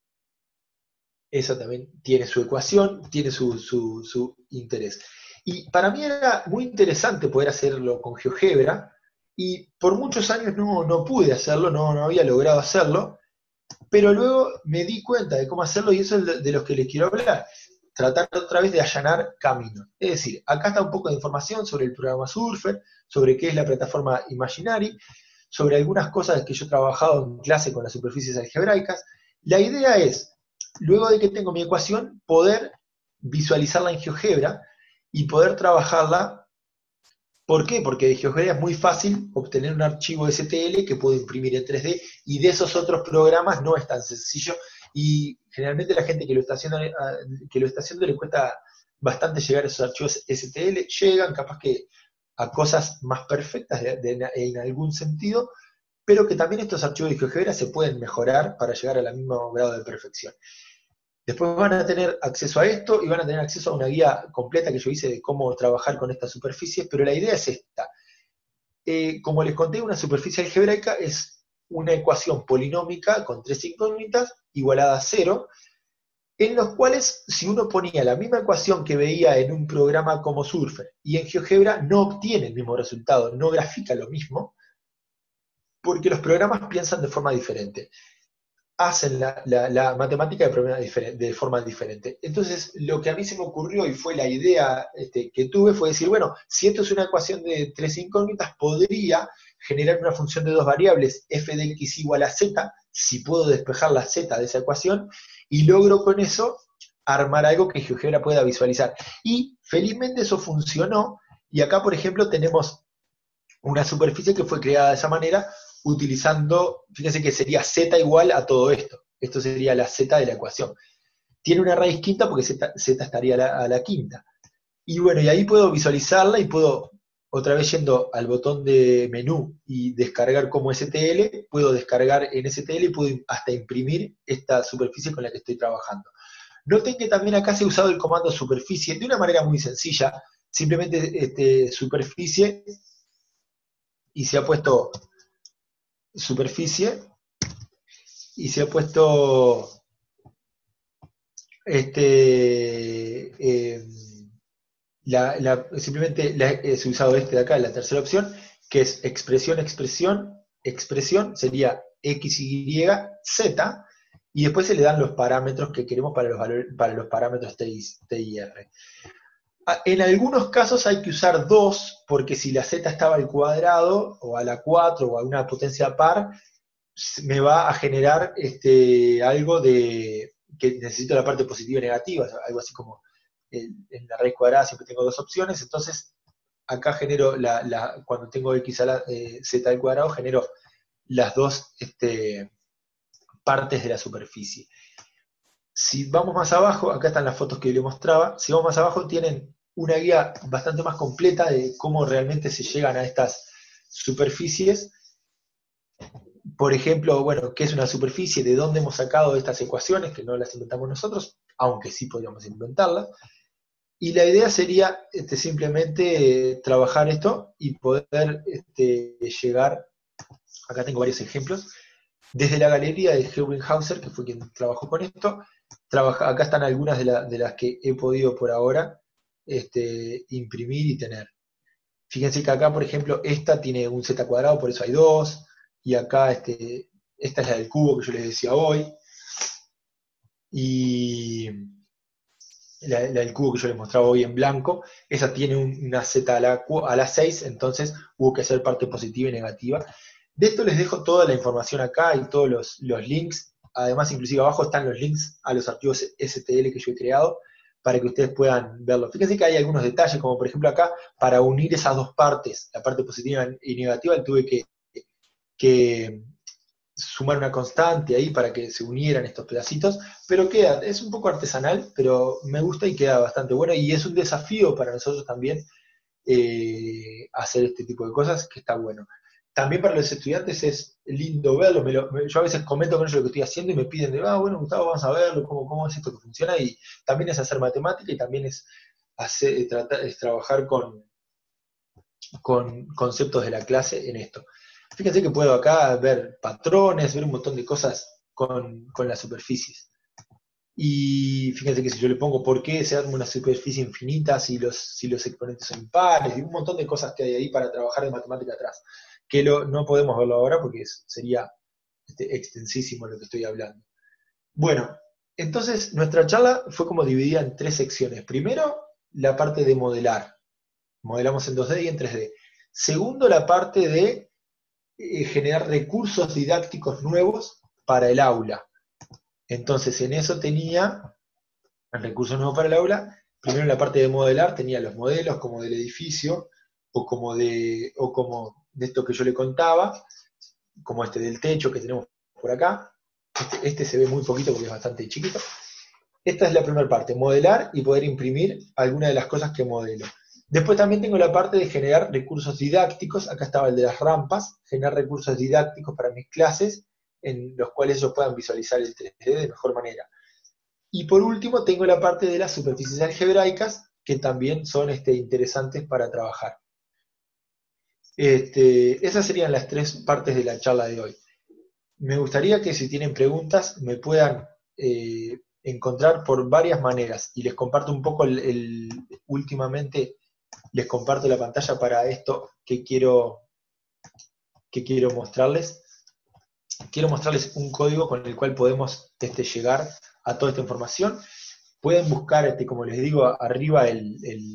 Esa también tiene su ecuación, tiene su interés. Y para mí era muy interesante poder hacerlo con GeoGebra, y por muchos años no pude hacerlo, no había logrado hacerlo, pero luego me di cuenta de cómo hacerlo, y eso es de los que les quiero hablar. Tratar otra vez de allanar caminos. Es decir, acá está un poco de información sobre el programa Surfer, sobre qué es la plataforma Imaginary, sobre algunas cosas que yo he trabajado en clase con las superficies algebraicas. La idea es, luego de que tengo mi ecuación, poder visualizarla en GeoGebra y poder trabajarla. ¿Por qué? Porque de GeoGebra es muy fácil obtener un archivo STL que puedo imprimir en 3D, y de esos otros programas no es tan sencillo, y generalmente la gente que lo está haciendo le cuesta bastante llegar a esos archivos STL. Llegan capaz que a cosas más perfectas en algún sentido, pero que también estos archivos de GeoGebra se pueden mejorar para llegar al mismo grado de perfección. Después van a tener acceso a esto, y van a tener acceso a una guía completa que yo hice de cómo trabajar con estas superficies, pero la idea es esta. Como les conté, una superficie algebraica es una ecuación polinómica con 3 incógnitas igualada a 0, en los cuales, si uno ponía la misma ecuación que veía en un programa como Surfer y en GeoGebra, no obtiene el mismo resultado, no grafica lo mismo, porque los programas piensan de forma diferente, hacen la matemática de forma diferente. Entonces, lo que a mí se me ocurrió, y fue la idea que tuve, fue decir, bueno, si esto es una ecuación de 3 incógnitas, podría generar una función de 2 variables, f de x igual a z, si puedo despejar la z de esa ecuación, y logro con eso armar algo que GeoGebra pueda visualizar. Y felizmente eso funcionó, y acá, por ejemplo, tenemos una superficie que fue creada de esa manera, utilizando, fíjense que sería z igual a todo esto. Esto sería la z de la ecuación. Tiene una raíz quinta porque z estaría a la quinta. Y bueno, y ahí puedo visualizarla, y puedo, otra vez yendo al botón de menú y descargar como STL, puedo descargar en STL y puedo hasta imprimir esta superficie con la que estoy trabajando. Noten que también acá se ha usado el comando superficie de una manera muy sencilla, simplemente superficie, y se ha puesto superficie, y se ha puesto simplemente se ha usado de acá, la tercera opción, que es expresión, sería x, y, z, y después se le dan los parámetros que queremos para los parámetros t y r. En algunos casos hay que usar 2, porque si la z estaba al cuadrado, o a la 4, o a una potencia par, me va a generar algo de que necesito la parte positiva y negativa, algo así como en la raíz cuadrada siempre tengo 2 opciones, entonces acá genero, cuando tengo x a la z al cuadrado, genero las 2 partes de la superficie. Si vamos más abajo, acá están las fotos que les mostraba, si vamos más abajo tienen una guía bastante más completa de cómo realmente se llegan a estas superficies. Por ejemplo, bueno, ¿qué es una superficie? ¿De dónde hemos sacado estas ecuaciones? Que no las inventamos nosotros, aunque sí podríamos inventarlas. Y la idea sería simplemente trabajar esto y poder llegar, acá tengo varios ejemplos, desde la galería de Heuringhauser, que fue quien trabajó con esto. Acá están algunas de las que he podido por ahora imprimir y tener. Fíjense que acá, por ejemplo, esta tiene un z cuadrado, por eso hay 2, y acá esta es la del cubo que yo les decía hoy. y la del cubo que yo les mostraba hoy en blanco, esa tiene una z a la 6, entonces hubo que hacer parte positiva y negativa. De esto les dejo toda la información acá y todos los links. Además, inclusive abajo están los links a los archivos STL que yo he creado para que ustedes puedan verlo. Fíjense que hay algunos detalles, como por ejemplo acá, para unir esas dos partes, la parte positiva y negativa, tuve que sumar una constante ahí para que se unieran estos pedacitos, pero queda, es un poco artesanal, pero me gusta y queda bastante bueno, y es un desafío para nosotros también hacer este tipo de cosas, que está bueno. También para los estudiantes es lindo verlo, yo a veces comento con ellos lo que estoy haciendo y me piden de, bueno, Gustavo, vamos a verlo, cómo es esto que funciona, y también es hacer matemática y también es trabajar con conceptos de la clase en esto. Fíjense que puedo acá ver patrones, ver un montón de cosas con las superficies. Y fíjense que si yo le pongo por qué se arma una superficie infinita si los exponentes son impares, y un montón de cosas que hay ahí para trabajar de matemática atrás, que no podemos verlo ahora porque sería extensísimo lo que estoy hablando. Bueno, entonces nuestra charla fue como dividida en 3 secciones. Primero, la parte de modelar. Modelamos en 2D y en 3D. Segundo, la parte de generar recursos didácticos nuevos para el aula. Entonces, en eso tenía recursos nuevos para el aula. Primero, en la parte de modelar, tenía los modelos como del edificio, o como de esto que yo le contaba, como este del techo que tenemos por acá. Este se ve muy poquito porque es bastante chiquito. Esta es la primera parte, modelar y poder imprimir algunas de las cosas que modelo. Después también tengo la parte de generar recursos didácticos, acá estaba el de las rampas, generar recursos didácticos para mis clases, en los cuales ellos puedan visualizar el 3D de mejor manera. Y por último tengo la parte de las superficies algebraicas, que también son interesantes para trabajar. Esas serían las 3 partes de la charla de hoy. Me gustaría que si tienen preguntas me puedan encontrar por varias maneras, y les comparto un poco últimamente les comparto la pantalla para esto que quiero mostrarles. Quiero mostrarles un código con el cual podemos llegar a toda esta información. Pueden buscar, como les digo, arriba en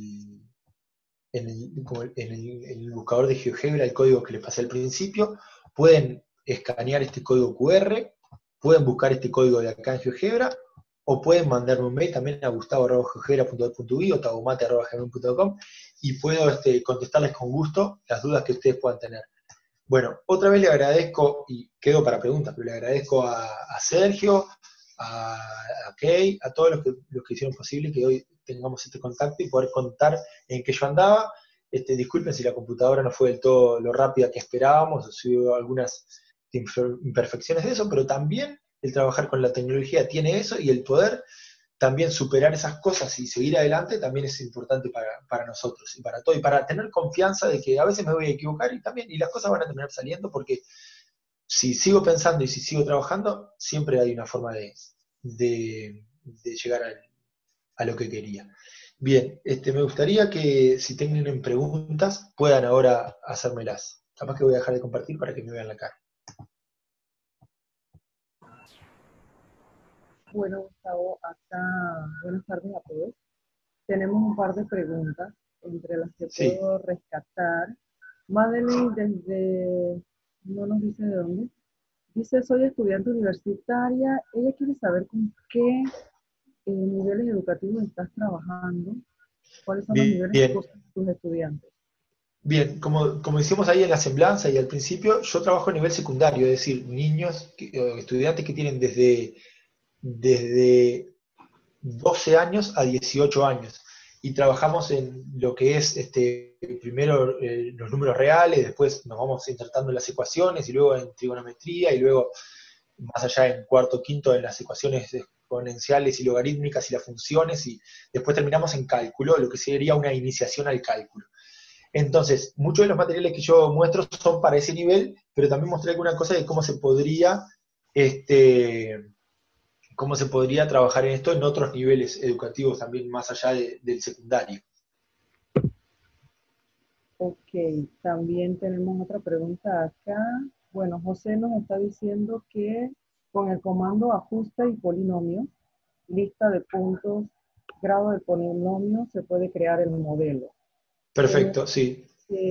el buscador de GeoGebra el código que les pasé al principio. Pueden escanear este código QR, pueden buscar este código de acá en GeoGebra, o pueden mandarme un mail también a gustavo@geogebra.org.uy o tabomate@gmail.com y puedo contestarles con gusto las dudas que ustedes puedan tener. Bueno, otra vez le agradezco, y quedo para preguntas, pero le agradezco a Sergio, a Kay, a todos los que hicieron posible que hoy tengamos este contacto y poder contar en qué yo andaba. Disculpen si la computadora no fue del todo lo rápida que esperábamos, o si hubo algunas imperfecciones de eso, pero también el trabajar con la tecnología tiene eso, y el poder también superar esas cosas y seguir adelante también es importante para nosotros y para todo, y para tener confianza de que a veces me voy a equivocar y las cosas van a terminar saliendo, porque si sigo pensando y si sigo trabajando, siempre hay una forma de llegar a lo que quería. Bien, me gustaría que si tienen preguntas puedan ahora hacérmelas. Capaz que voy a dejar de compartir para que me vean la cara. Bueno, Gustavo, acá, buenas tardes a todos. Tenemos un par de preguntas, entre las que Sí. puedo rescatar. Madeline, no nos dice de dónde, dice, soy estudiante universitaria. Ella quiere saber con qué niveles educativos estás trabajando, cuáles son los niveles que Bien. cursan tus estudiantes. Bien, como decimos ahí en la semblanza y al principio, yo trabajo a nivel secundario, es decir, niños, estudiantes que tienen desde 12 años a 18 años. Y trabajamos en lo que es primero los números reales, después nos vamos insertando en las ecuaciones, y luego en trigonometría, y luego más allá en cuarto, quinto, en las ecuaciones exponenciales y logarítmicas y las funciones, y después terminamos en cálculo, lo que sería una iniciación al cálculo. Entonces, muchos de los materiales que yo muestro son para ese nivel, pero también mostré alguna cosa de cómo se podría trabajar en esto en otros niveles educativos también, más allá del secundario. Ok, también tenemos otra pregunta acá. Bueno, José nos está diciendo que con el comando ajusta y polinomio lista de puntos, grado de polinomio, se puede crear el modelo. Perfecto, sí.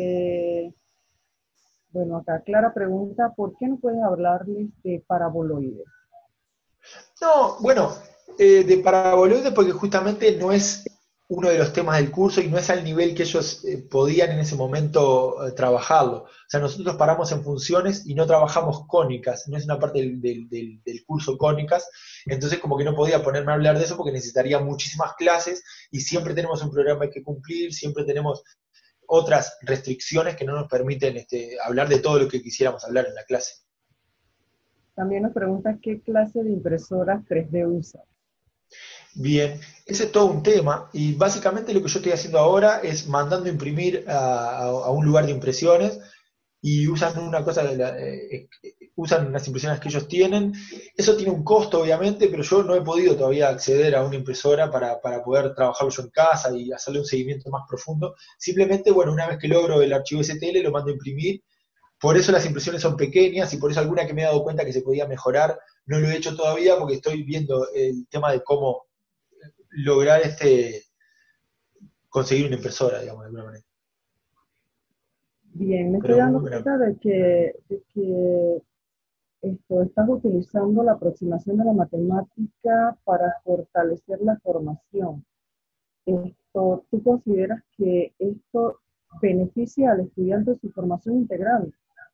Bueno, acá Clara pregunta, ¿por qué no puedes hablarles de paraboloides? No, bueno, de paraboloides porque justamente no es uno de los temas del curso y no es al nivel que ellos podían en ese momento trabajarlo. O sea, nosotros paramos en funciones y no trabajamos cónicas, no es una parte del curso cónicas, entonces como que no podía ponerme a hablar de eso porque necesitaría muchísimas clases y siempre tenemos un programa que cumplir, siempre tenemos otras restricciones que no nos permiten hablar de todo lo que quisiéramos hablar en la clase. También nos pregunta qué clase de impresoras 3D usa. Bien, ese es todo un tema y básicamente lo que yo estoy haciendo ahora es mandando imprimir a un lugar de impresiones y usan una cosa, usan las impresiones que ellos tienen. Eso tiene un costo obviamente, pero yo no he podido todavía acceder a una impresora para poder trabajarlo yo en casa y hacerle un seguimiento más profundo. Simplemente, bueno, una vez que logro el archivo STL lo mando a imprimir. Por eso las impresiones son pequeñas y por eso alguna que me he dado cuenta que se podía mejorar, no lo he hecho todavía porque estoy viendo el tema de cómo lograr conseguir una impresora, digamos, de alguna manera. Bien, me estoy Pero muy dando buena. cuenta de que estás utilizando la aproximación de la matemática para fortalecer la formación. ¿Tú consideras que esto beneficia al estudiante en su formación integral?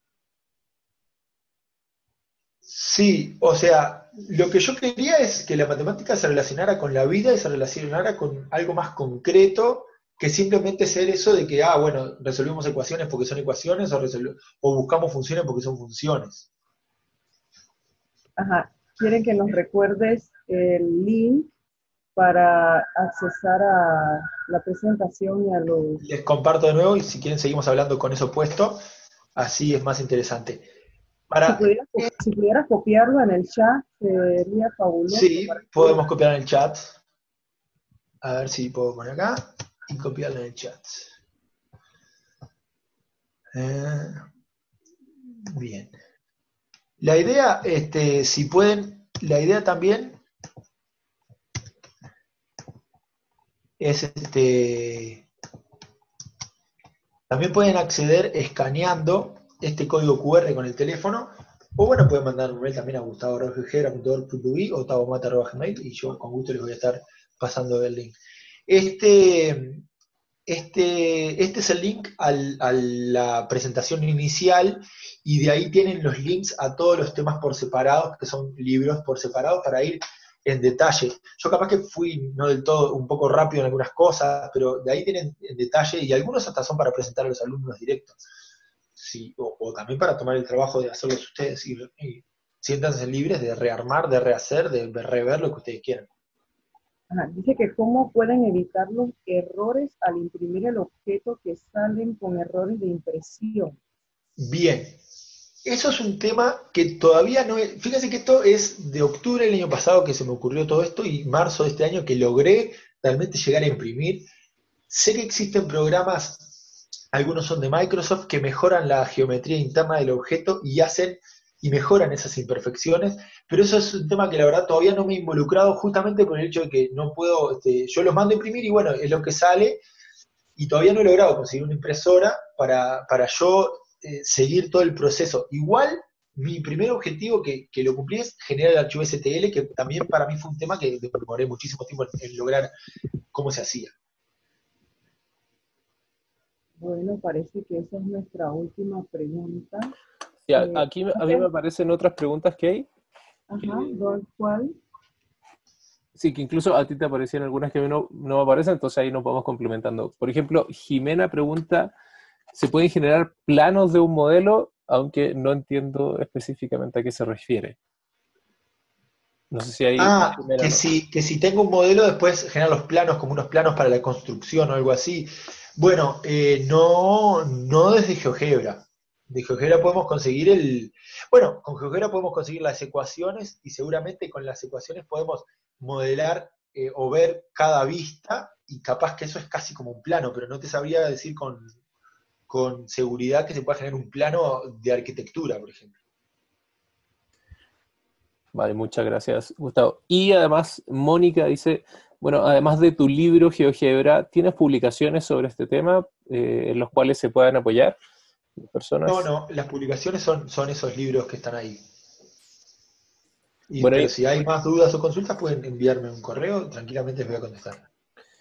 Sí, o sea, lo que yo quería es que la matemática se relacionara con la vida y se relacionara con algo más concreto que simplemente ser eso de que, bueno, resolvimos ecuaciones porque son ecuaciones o buscamos funciones porque son funciones. Ajá. Quieren que nos recuerdes el link para accesar a la presentación y a los... Les comparto de nuevo y si quieren seguimos hablando con eso puesto, así es más interesante. Si Para, pudieras copiarlo en el chat, sería fabuloso para sí, todos. podemos copiar en el chat. A ver si puedo poner acá y copiarlo en el chat. Bien. La idea, si pueden, la idea también es, también pueden acceder escaneando este código QR con el teléfono, o bueno, pueden mandar un mail también a gustavo.gera.org.uy o tabomata.gmail y yo con gusto les voy a estar pasando el link. Este es el link a la presentación inicial y de ahí tienen los links a todos los temas por separados, que son libros por separados para ir en detalle. Yo capaz que fui no del todo, un poco rápido en algunas cosas, pero de ahí tienen en detalle y algunos hasta son para presentar a los alumnos directos. Sí, o también para tomar el trabajo de hacerlos ustedes y siéntanse libres de rearmar, de rehacer, de rever lo que ustedes quieran. Ajá, dice que cómo pueden evitar los errores al imprimir el objeto que salen con errores de impresión. Bien, eso es un tema que todavía no es. Fíjense que esto es de octubre del año pasado que se me ocurrió todo esto y marzo de este año que logré realmente llegar a imprimir. Sé que existen programas, algunos son de Microsoft, que mejoran la geometría interna del objeto y mejoran esas imperfecciones, pero eso es un tema que la verdad todavía no me he involucrado justamente por el hecho de que no puedo, yo los mando a imprimir y bueno, es lo que sale y todavía no he logrado conseguir una impresora para yo seguir todo el proceso. Igual, mi primer objetivo que lo cumplí es generar el archivo STL, que también para mí fue un tema que demoré muchísimo tiempo en lograr cómo se hacía. Bueno, parece que esa es nuestra última pregunta. Sí, aquí a mí me aparecen otras preguntas que hay. Ajá, ¿cuál? Sí, que incluso a ti te aparecían algunas que a mí no me aparecen, entonces ahí nos vamos complementando. Por ejemplo, Jimena pregunta, ¿se pueden generar planos de un modelo? Aunque no entiendo específicamente a qué se refiere. No sé si ahí, Jimena, no. Que si tengo un modelo, después generar los planos como unos planos para la construcción o algo así. Bueno, no desde GeoGebra. De GeoGebra podemos conseguir bueno, con GeoGebra podemos conseguir las ecuaciones y seguramente con las ecuaciones podemos modelar o ver cada vista y capaz que eso es casi como un plano, pero no te sabría decir con seguridad que se pueda generar un plano de arquitectura, por ejemplo. Vale, muchas gracias, Gustavo. Y además, Mónica dice, bueno, además de tu libro GeoGebra, ¿tienes publicaciones sobre este tema en los cuales se puedan apoyar No, personas? no, las publicaciones son esos libros que están ahí. Bueno, Pero si hay más dudas o consultas, pueden enviarme un correo, tranquilamente les voy a contestar.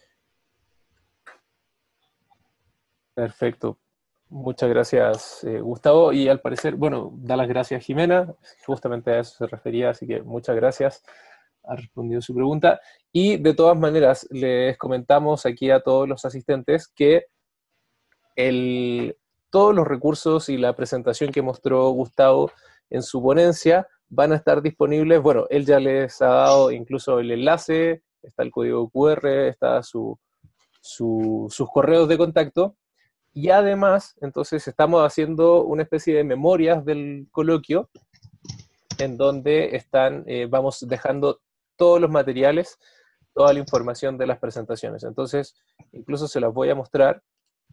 perfecto. Muchas gracias, Gustavo. Y al parecer, bueno, da las gracias, Jimena. Justamente a eso se refería, así que muchas gracias. Ha respondido su pregunta. Y de todas maneras, les comentamos aquí a todos los asistentes que el, todos los recursos y la presentación que mostró Gustavo en su ponencia van a estar disponibles. Bueno, él ya les ha dado incluso el enlace, está el código QR, está sus correos de contacto. Y además, entonces, estamos haciendo una especie de memorias del coloquio en donde vamos dejando todos los materiales, toda la información de las presentaciones. Entonces, incluso se las voy a mostrar.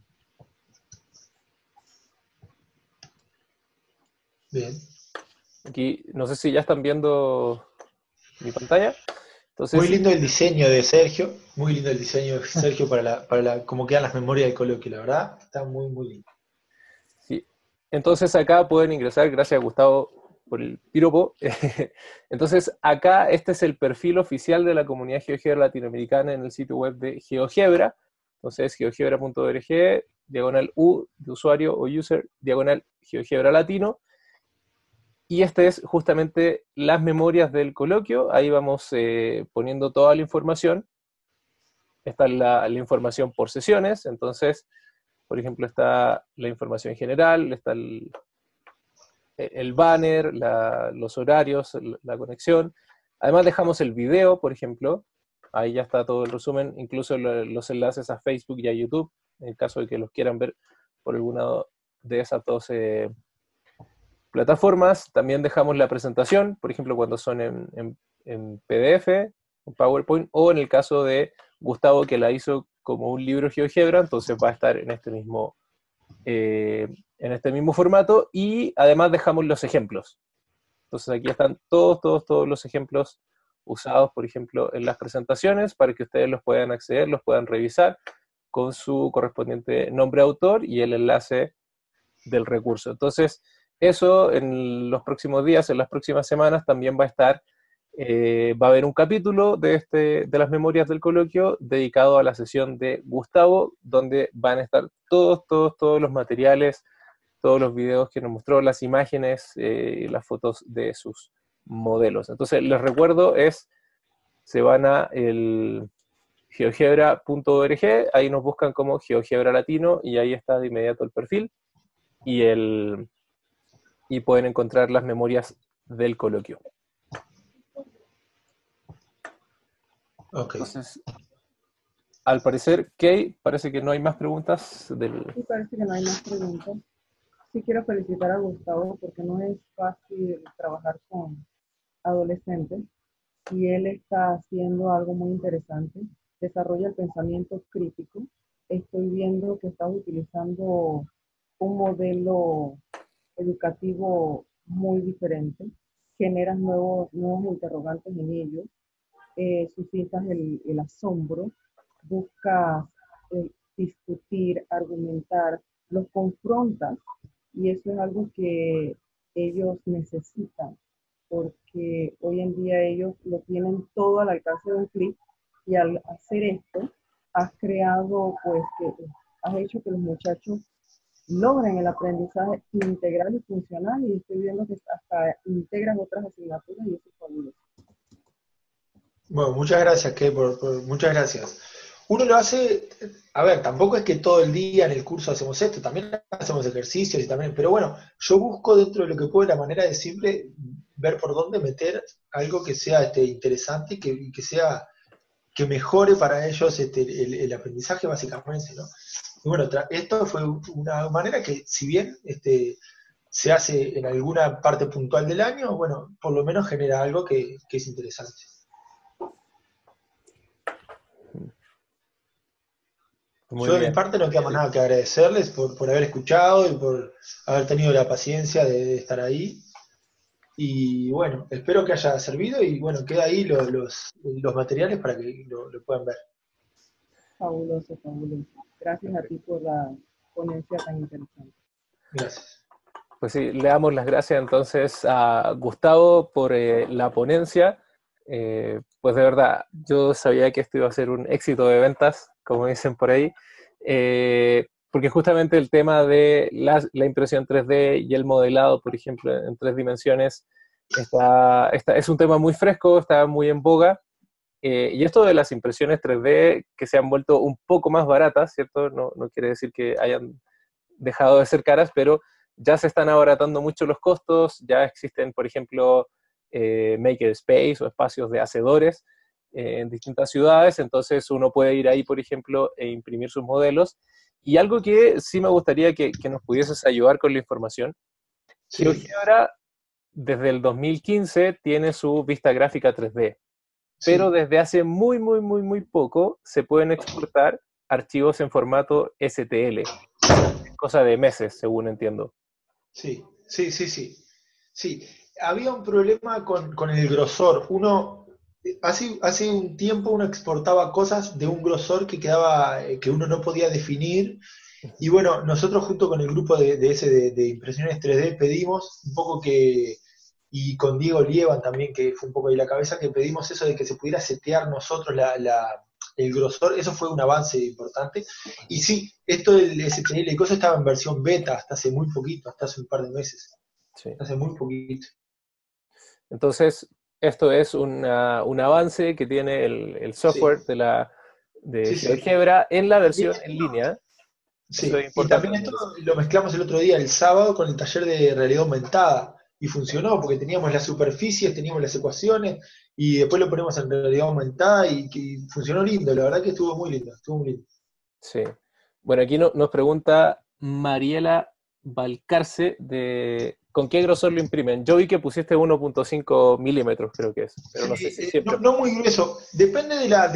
Bien. Aquí, no sé si ya están viendo mi pantalla. Muy Entonces, lindo el diseño de Sergio, muy lindo el diseño de Sergio para cómo quedan las memorias del coloquio, la verdad, está muy, muy lindo. sí. Entonces acá pueden ingresar, gracias a Gustavo por el piropo. Entonces acá este es el perfil oficial de la comunidad GeoGebra latinoamericana en el sitio web de GeoGebra. Entonces geogebra.org, diagonal U de usuario o user, diagonal GeoGebra latino. Y este es justamente las memorias del coloquio. Ahí vamos poniendo toda la información. Está la información por sesiones. Entonces, por ejemplo, está la información general, está el banner, los horarios, la conexión. Además dejamos el video, por ejemplo. Ahí ya está todo el resumen, incluso los enlaces a Facebook y a YouTube, en caso de que los quieran ver por alguna de esas dos plataformas. También dejamos la presentación, por ejemplo, cuando son en PDF, en PowerPoint, o en el caso de Gustavo, que la hizo como un libro GeoGebra, entonces va a estar en este mismo formato, y además dejamos los ejemplos. Entonces aquí están todos los ejemplos usados, por ejemplo, en las presentaciones, para que ustedes los puedan acceder, los puedan revisar con su correspondiente nombre de autor y el enlace del recurso. Entonces, eso en los próximos días, en las próximas semanas, también va a estar, va a haber un capítulo de las memorias del coloquio dedicado a la sesión de Gustavo, donde van a estar todos los materiales, todos los videos que nos mostró, las imágenes y las fotos de sus modelos. Entonces, les recuerdo, se van a el geogebra.org, ahí nos buscan como GeoGebra Latino y ahí está de inmediato el perfil y, y pueden encontrar las memorias del coloquio. Ok. Entonces, al parecer, Kay, parece que no hay más preguntas Sí, parece que no hay más preguntas. Sí quiero felicitar a Gustavo porque no es fácil trabajar con adolescentes y él está haciendo algo muy interesante. Desarrolla el pensamiento crítico. Estoy viendo que estás utilizando un modelo educativo muy diferente. Generas nuevos interrogantes en ellos. Suscitas el asombro. Buscas discutir, argumentar, los confrontas y eso es algo que ellos necesitan porque hoy en día ellos lo tienen todo al alcance de un clic y al hacer esto has creado pues que has hecho que los muchachos logren el aprendizaje integral y funcional y estoy viendo que hasta integran otras asignaturas y eso es fabuloso. Bueno, muchas gracias, Kay, muchas gracias. Uno lo hace, a ver, tampoco es que todo el día en el curso hacemos esto, también hacemos ejercicios y también, pero bueno, yo busco dentro de lo que puedo la manera de siempre ver por dónde meter algo que sea interesante y que sea, que mejore para ellos el aprendizaje básicamente, ¿no? Y bueno, esto fue una manera que, si bien se hace en alguna parte puntual del año, bueno, por lo menos genera algo que es interesante. Muy Yo de mi bien. parte no queda más nada que agradecerles por haber escuchado y por haber tenido la paciencia de estar ahí. Y bueno, espero que haya servido y bueno, queda ahí los materiales para que lo puedan ver. Fabuloso, fabuloso. Gracias a ti por la ponencia tan interesante. Gracias. Pues sí, le damos las gracias entonces a Gustavo por la ponencia. Pues de verdad, yo sabía que esto iba a ser un éxito de ventas, como dicen por ahí, porque justamente el tema de la impresión 3D y el modelado, por ejemplo, en 3 dimensiones, es un tema muy fresco, está muy en boga. Y esto de las impresiones 3D que se han vuelto un poco más baratas, ¿cierto? No quiere decir que hayan dejado de ser caras, pero ya se están abaratando mucho los costos, ya existen, por ejemplo, makerspace o espacios de hacedores en distintas ciudades, entonces uno puede ir ahí, por ejemplo, e imprimir sus modelos. Y algo que sí me gustaría que nos pudieses ayudar con la información, Sí, GeoGebra desde el 2015 tiene su vista gráfica 3D, pero sí, desde hace muy poco se pueden exportar archivos en formato STL, cosa de meses, según entiendo. sí, sí, sí, sí. Sí, había un problema con el grosor. Hace un tiempo uno exportaba cosas de un grosor que quedaba, que uno no podía definir. Y bueno, nosotros junto con el grupo de impresiones 3D pedimos un poco y con Diego Lieban también, que fue un poco ahí la cabeza, que pedimos eso de que se pudiera setear nosotros el grosor. Eso fue un avance importante. Y sí, esto del STL y cosas estaba en versión beta hasta hace muy poquito, hasta hace un par de meses. Sí. Hace muy poquito. Entonces, esto es un avance que tiene el Sí, software de sí, sí. GeoGebra en la Y versión esto, en línea. Eso es sí, y importante también también esto decir. lo mezclamos el otro día, el sábado, con el taller de realidad aumentada. Y funcionó porque teníamos las superficies, teníamos las ecuaciones, y después lo ponemos en realidad aumentada y que funcionó lindo. La verdad que estuvo muy lindo, estuvo muy lindo. Sí. Bueno, aquí nos pregunta Mariela Valcarce ¿con qué grosor lo imprimen? Yo vi que pusiste 1.5 milímetros, creo que es, pero no sé Sí, si siempre. no muy grueso. Depende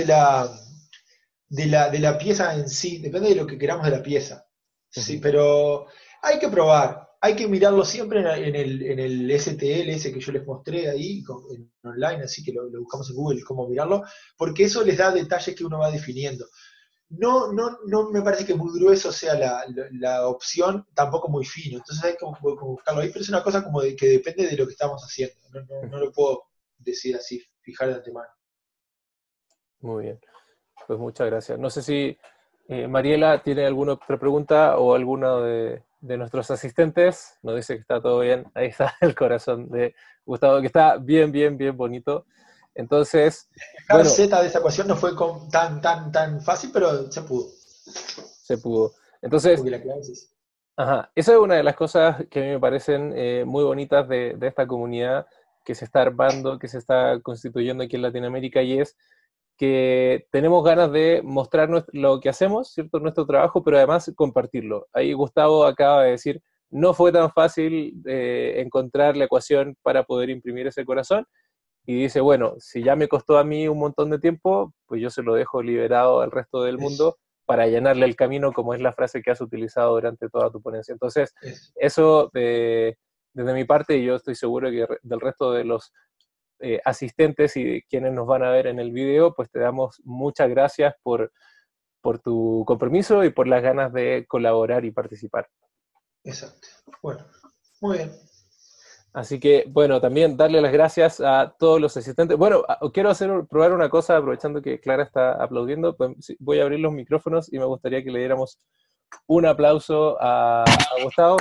de la pieza en sí, depende de lo que queramos de la pieza. Sí, Ujú. pero hay que probar, hay que mirarlo siempre en el STL ese que yo les mostré ahí en online, así que lo buscamos en Google cómo mirarlo, porque eso les da detalles que uno va definiendo. No me parece que muy grueso sea la opción, tampoco muy fino, entonces hay que como buscarlo ahí, pero es una cosa como que depende de lo que estamos haciendo, no lo puedo decir así, fijar de antemano. Muy bien. Pues muchas gracias. No sé si Mariela tiene alguna otra pregunta o alguno de nuestros asistentes. Nos dice que está todo bien. Ahí está el corazón de Gustavo, que está bien bonito. Entonces, Fijar bueno, Z de esa ecuación no fue tan fácil, pero se pudo, se pudo. Entonces, porque la clave es esa. ajá, esa es una de las cosas que a mí me parecen muy bonitas de esta comunidad que se está armando, que se está constituyendo aquí en Latinoamérica, y es que tenemos ganas de mostrar lo que hacemos, ¿cierto? Nuestro trabajo, pero además compartirlo. Ahí Gustavo acaba de decir, no fue tan fácil encontrar la ecuación para poder imprimir ese corazón, y dice, bueno, si ya me costó a mí un montón de tiempo, pues yo se lo dejo liberado al resto del Eso, mundo para allanarle el camino, como es la frase que has utilizado durante toda tu ponencia. Entonces, eso. eso desde mi parte, y yo estoy seguro que del resto de los asistentes y de quienes nos van a ver en el video, pues te damos muchas gracias por tu compromiso y por las ganas de colaborar y participar. Exacto. Bueno, muy bien. Así que, bueno, también darle las gracias a todos los asistentes. Bueno, quiero probar una cosa, aprovechando que Clara está aplaudiendo. Pues, sí, voy a abrir los micrófonos y me gustaría que le diéramos un aplauso a Gustavo.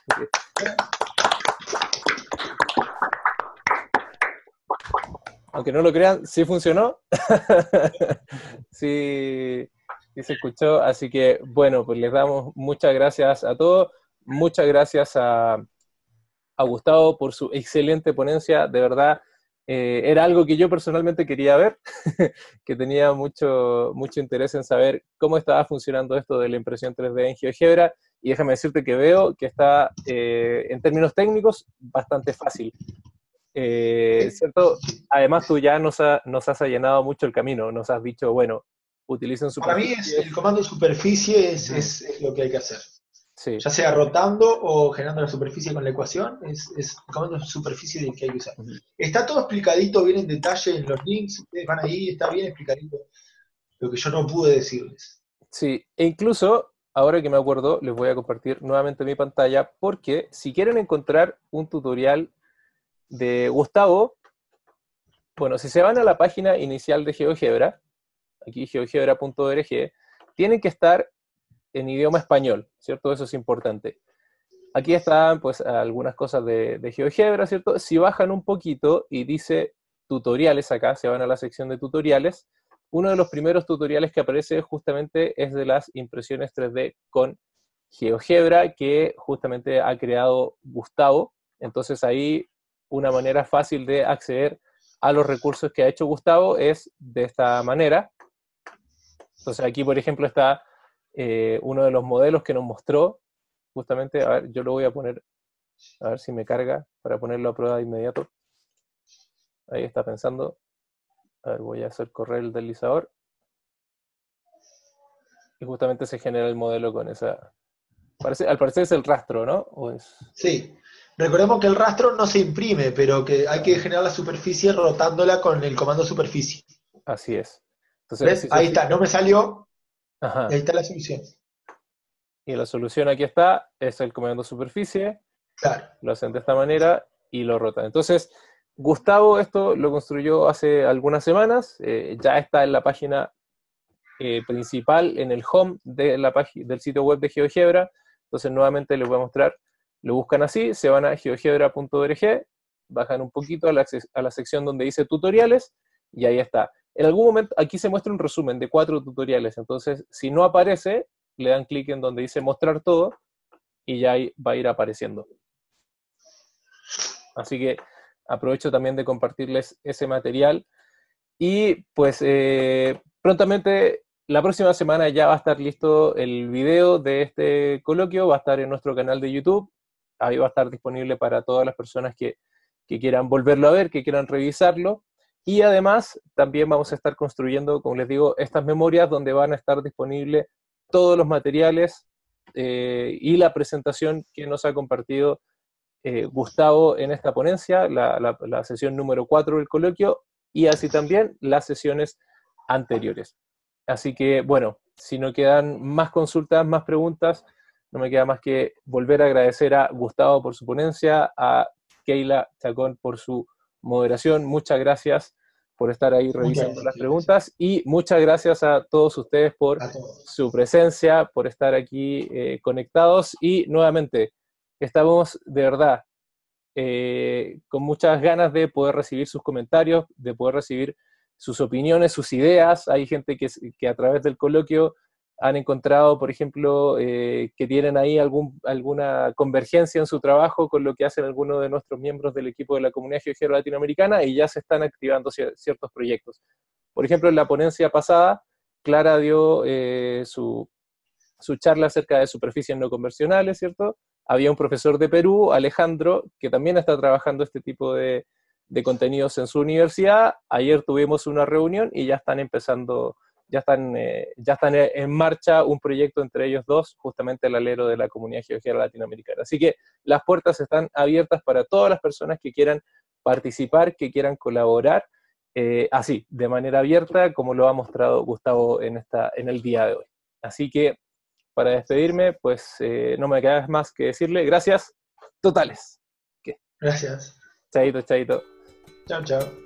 Aunque no lo crean, sí funcionó. Sí, sí se escuchó. Así que, bueno, pues les damos muchas gracias a todos. Muchas gracias a Gustavo por su excelente ponencia. De verdad, era algo que yo personalmente quería ver, que tenía mucho interés en saber cómo estaba funcionando esto de la impresión 3D en GeoGebra. Y déjame decirte que veo que está, en términos técnicos, bastante fácil. ¿Cierto? Además, tú ya nos has allanado mucho el camino, nos has dicho, bueno, utilicen Para mí superficies. el comando de superficie Ujú. es lo que hay que hacer. Sí. Ya sea rotando o generando la superficie con la ecuación, es el comando de superficie del que hay que usar. Está todo explicadito bien en detalle en los links, ustedes van ahí, está bien explicadito lo que yo no pude decirles. Sí, e incluso, ahora que me acuerdo, les voy a compartir nuevamente mi pantalla, porque si quieren encontrar un tutorial de Gustavo, bueno, si se van a la página inicial de GeoGebra, aquí geogebra.org, tienen que estar en idioma español, ¿cierto? Eso es importante. Aquí están, pues, algunas cosas de GeoGebra, ¿cierto? Si bajan un poquito y dice tutoriales acá, se van a la sección de tutoriales, uno de los primeros tutoriales que aparece justamente es de las impresiones 3D con GeoGebra, que justamente ha creado Gustavo. Entonces ahí una manera fácil de acceder a los recursos que ha hecho Gustavo es de esta manera. Entonces aquí, por ejemplo, está uno de los modelos que nos mostró, justamente, a ver, yo lo voy a poner, a ver si me carga para ponerlo a prueba de inmediato. Ahí está pensando. A ver, voy a hacer correr el deslizador. Y justamente se genera el modelo con esa... al parecer es el rastro, ¿no? ¿O es... Sí. Recordemos que el rastro no se imprime, pero que hay que generar la superficie rotándola con el comando superficie. Así es. Entonces, ¿Ves? si se Ahí está, fijan... no me salió, Ajá. y ahí está la solución. Y la solución aquí está, es el comando superficie, Claro. lo hacen de esta manera y lo rotan. Entonces, Gustavo esto lo construyó hace algunas semanas, ya está en la página principal, en el home de del sitio web de GeoGebra. Entonces, nuevamente les voy a mostrar, lo buscan así, se van a geogebra.org, bajan un poquito a la sección donde dice tutoriales, y ahí está. En algún momento, aquí se muestra un resumen de 4 tutoriales, entonces, si no aparece, le dan clic en donde dice mostrar todo, y ya ahí va a ir apareciendo. Así que aprovecho también de compartirles ese material. Y pues prontamente, la próxima semana ya va a estar listo el video de este coloquio, va a estar en nuestro canal de YouTube, ahí va a estar disponible para todas las personas que quieran volverlo a ver, que quieran revisarlo. Y además también vamos a estar construyendo, como les digo, estas memorias donde van a estar disponibles todos los materiales y la presentación que nos ha compartido Gustavo en esta ponencia, la sesión número 4 del coloquio, y así también las sesiones anteriores. Así que, bueno, si no quedan más consultas, más preguntas, no me queda más que volver a agradecer a Gustavo por su ponencia, a Keila Chacón por su moderación. Muchas gracias por estar ahí revisando las preguntas y muchas gracias a todos ustedes por su presencia, por estar aquí conectados y nuevamente estamos de verdad con muchas ganas de poder recibir sus comentarios, de poder recibir sus opiniones, sus ideas. Hay gente que a través del coloquio han encontrado, por ejemplo, que tienen ahí alguna convergencia en su trabajo con lo que hacen algunos de nuestros miembros del equipo de la Comunidad GeoGebra Latinoamericana y ya se están activando ciertos proyectos. Por ejemplo, en la ponencia pasada, Clara dio su charla acerca de superficies no convencionales, ¿cierto? Había un profesor de Perú, Alejandro, que también está trabajando este tipo de contenidos en su universidad. Ayer tuvimos una reunión y ya están empezando, ya están en marcha un proyecto entre ellos dos, justamente el alero de la Comunidad GeoGebra Latinoamericana. Así que las puertas están abiertas para todas las personas que quieran participar, que quieran colaborar, así, de manera abierta, como lo ha mostrado Gustavo en el día de hoy. Así que, para despedirme, pues no me queda más que decirle gracias totales. Gracias. Chaito, chaito. Chao, chao.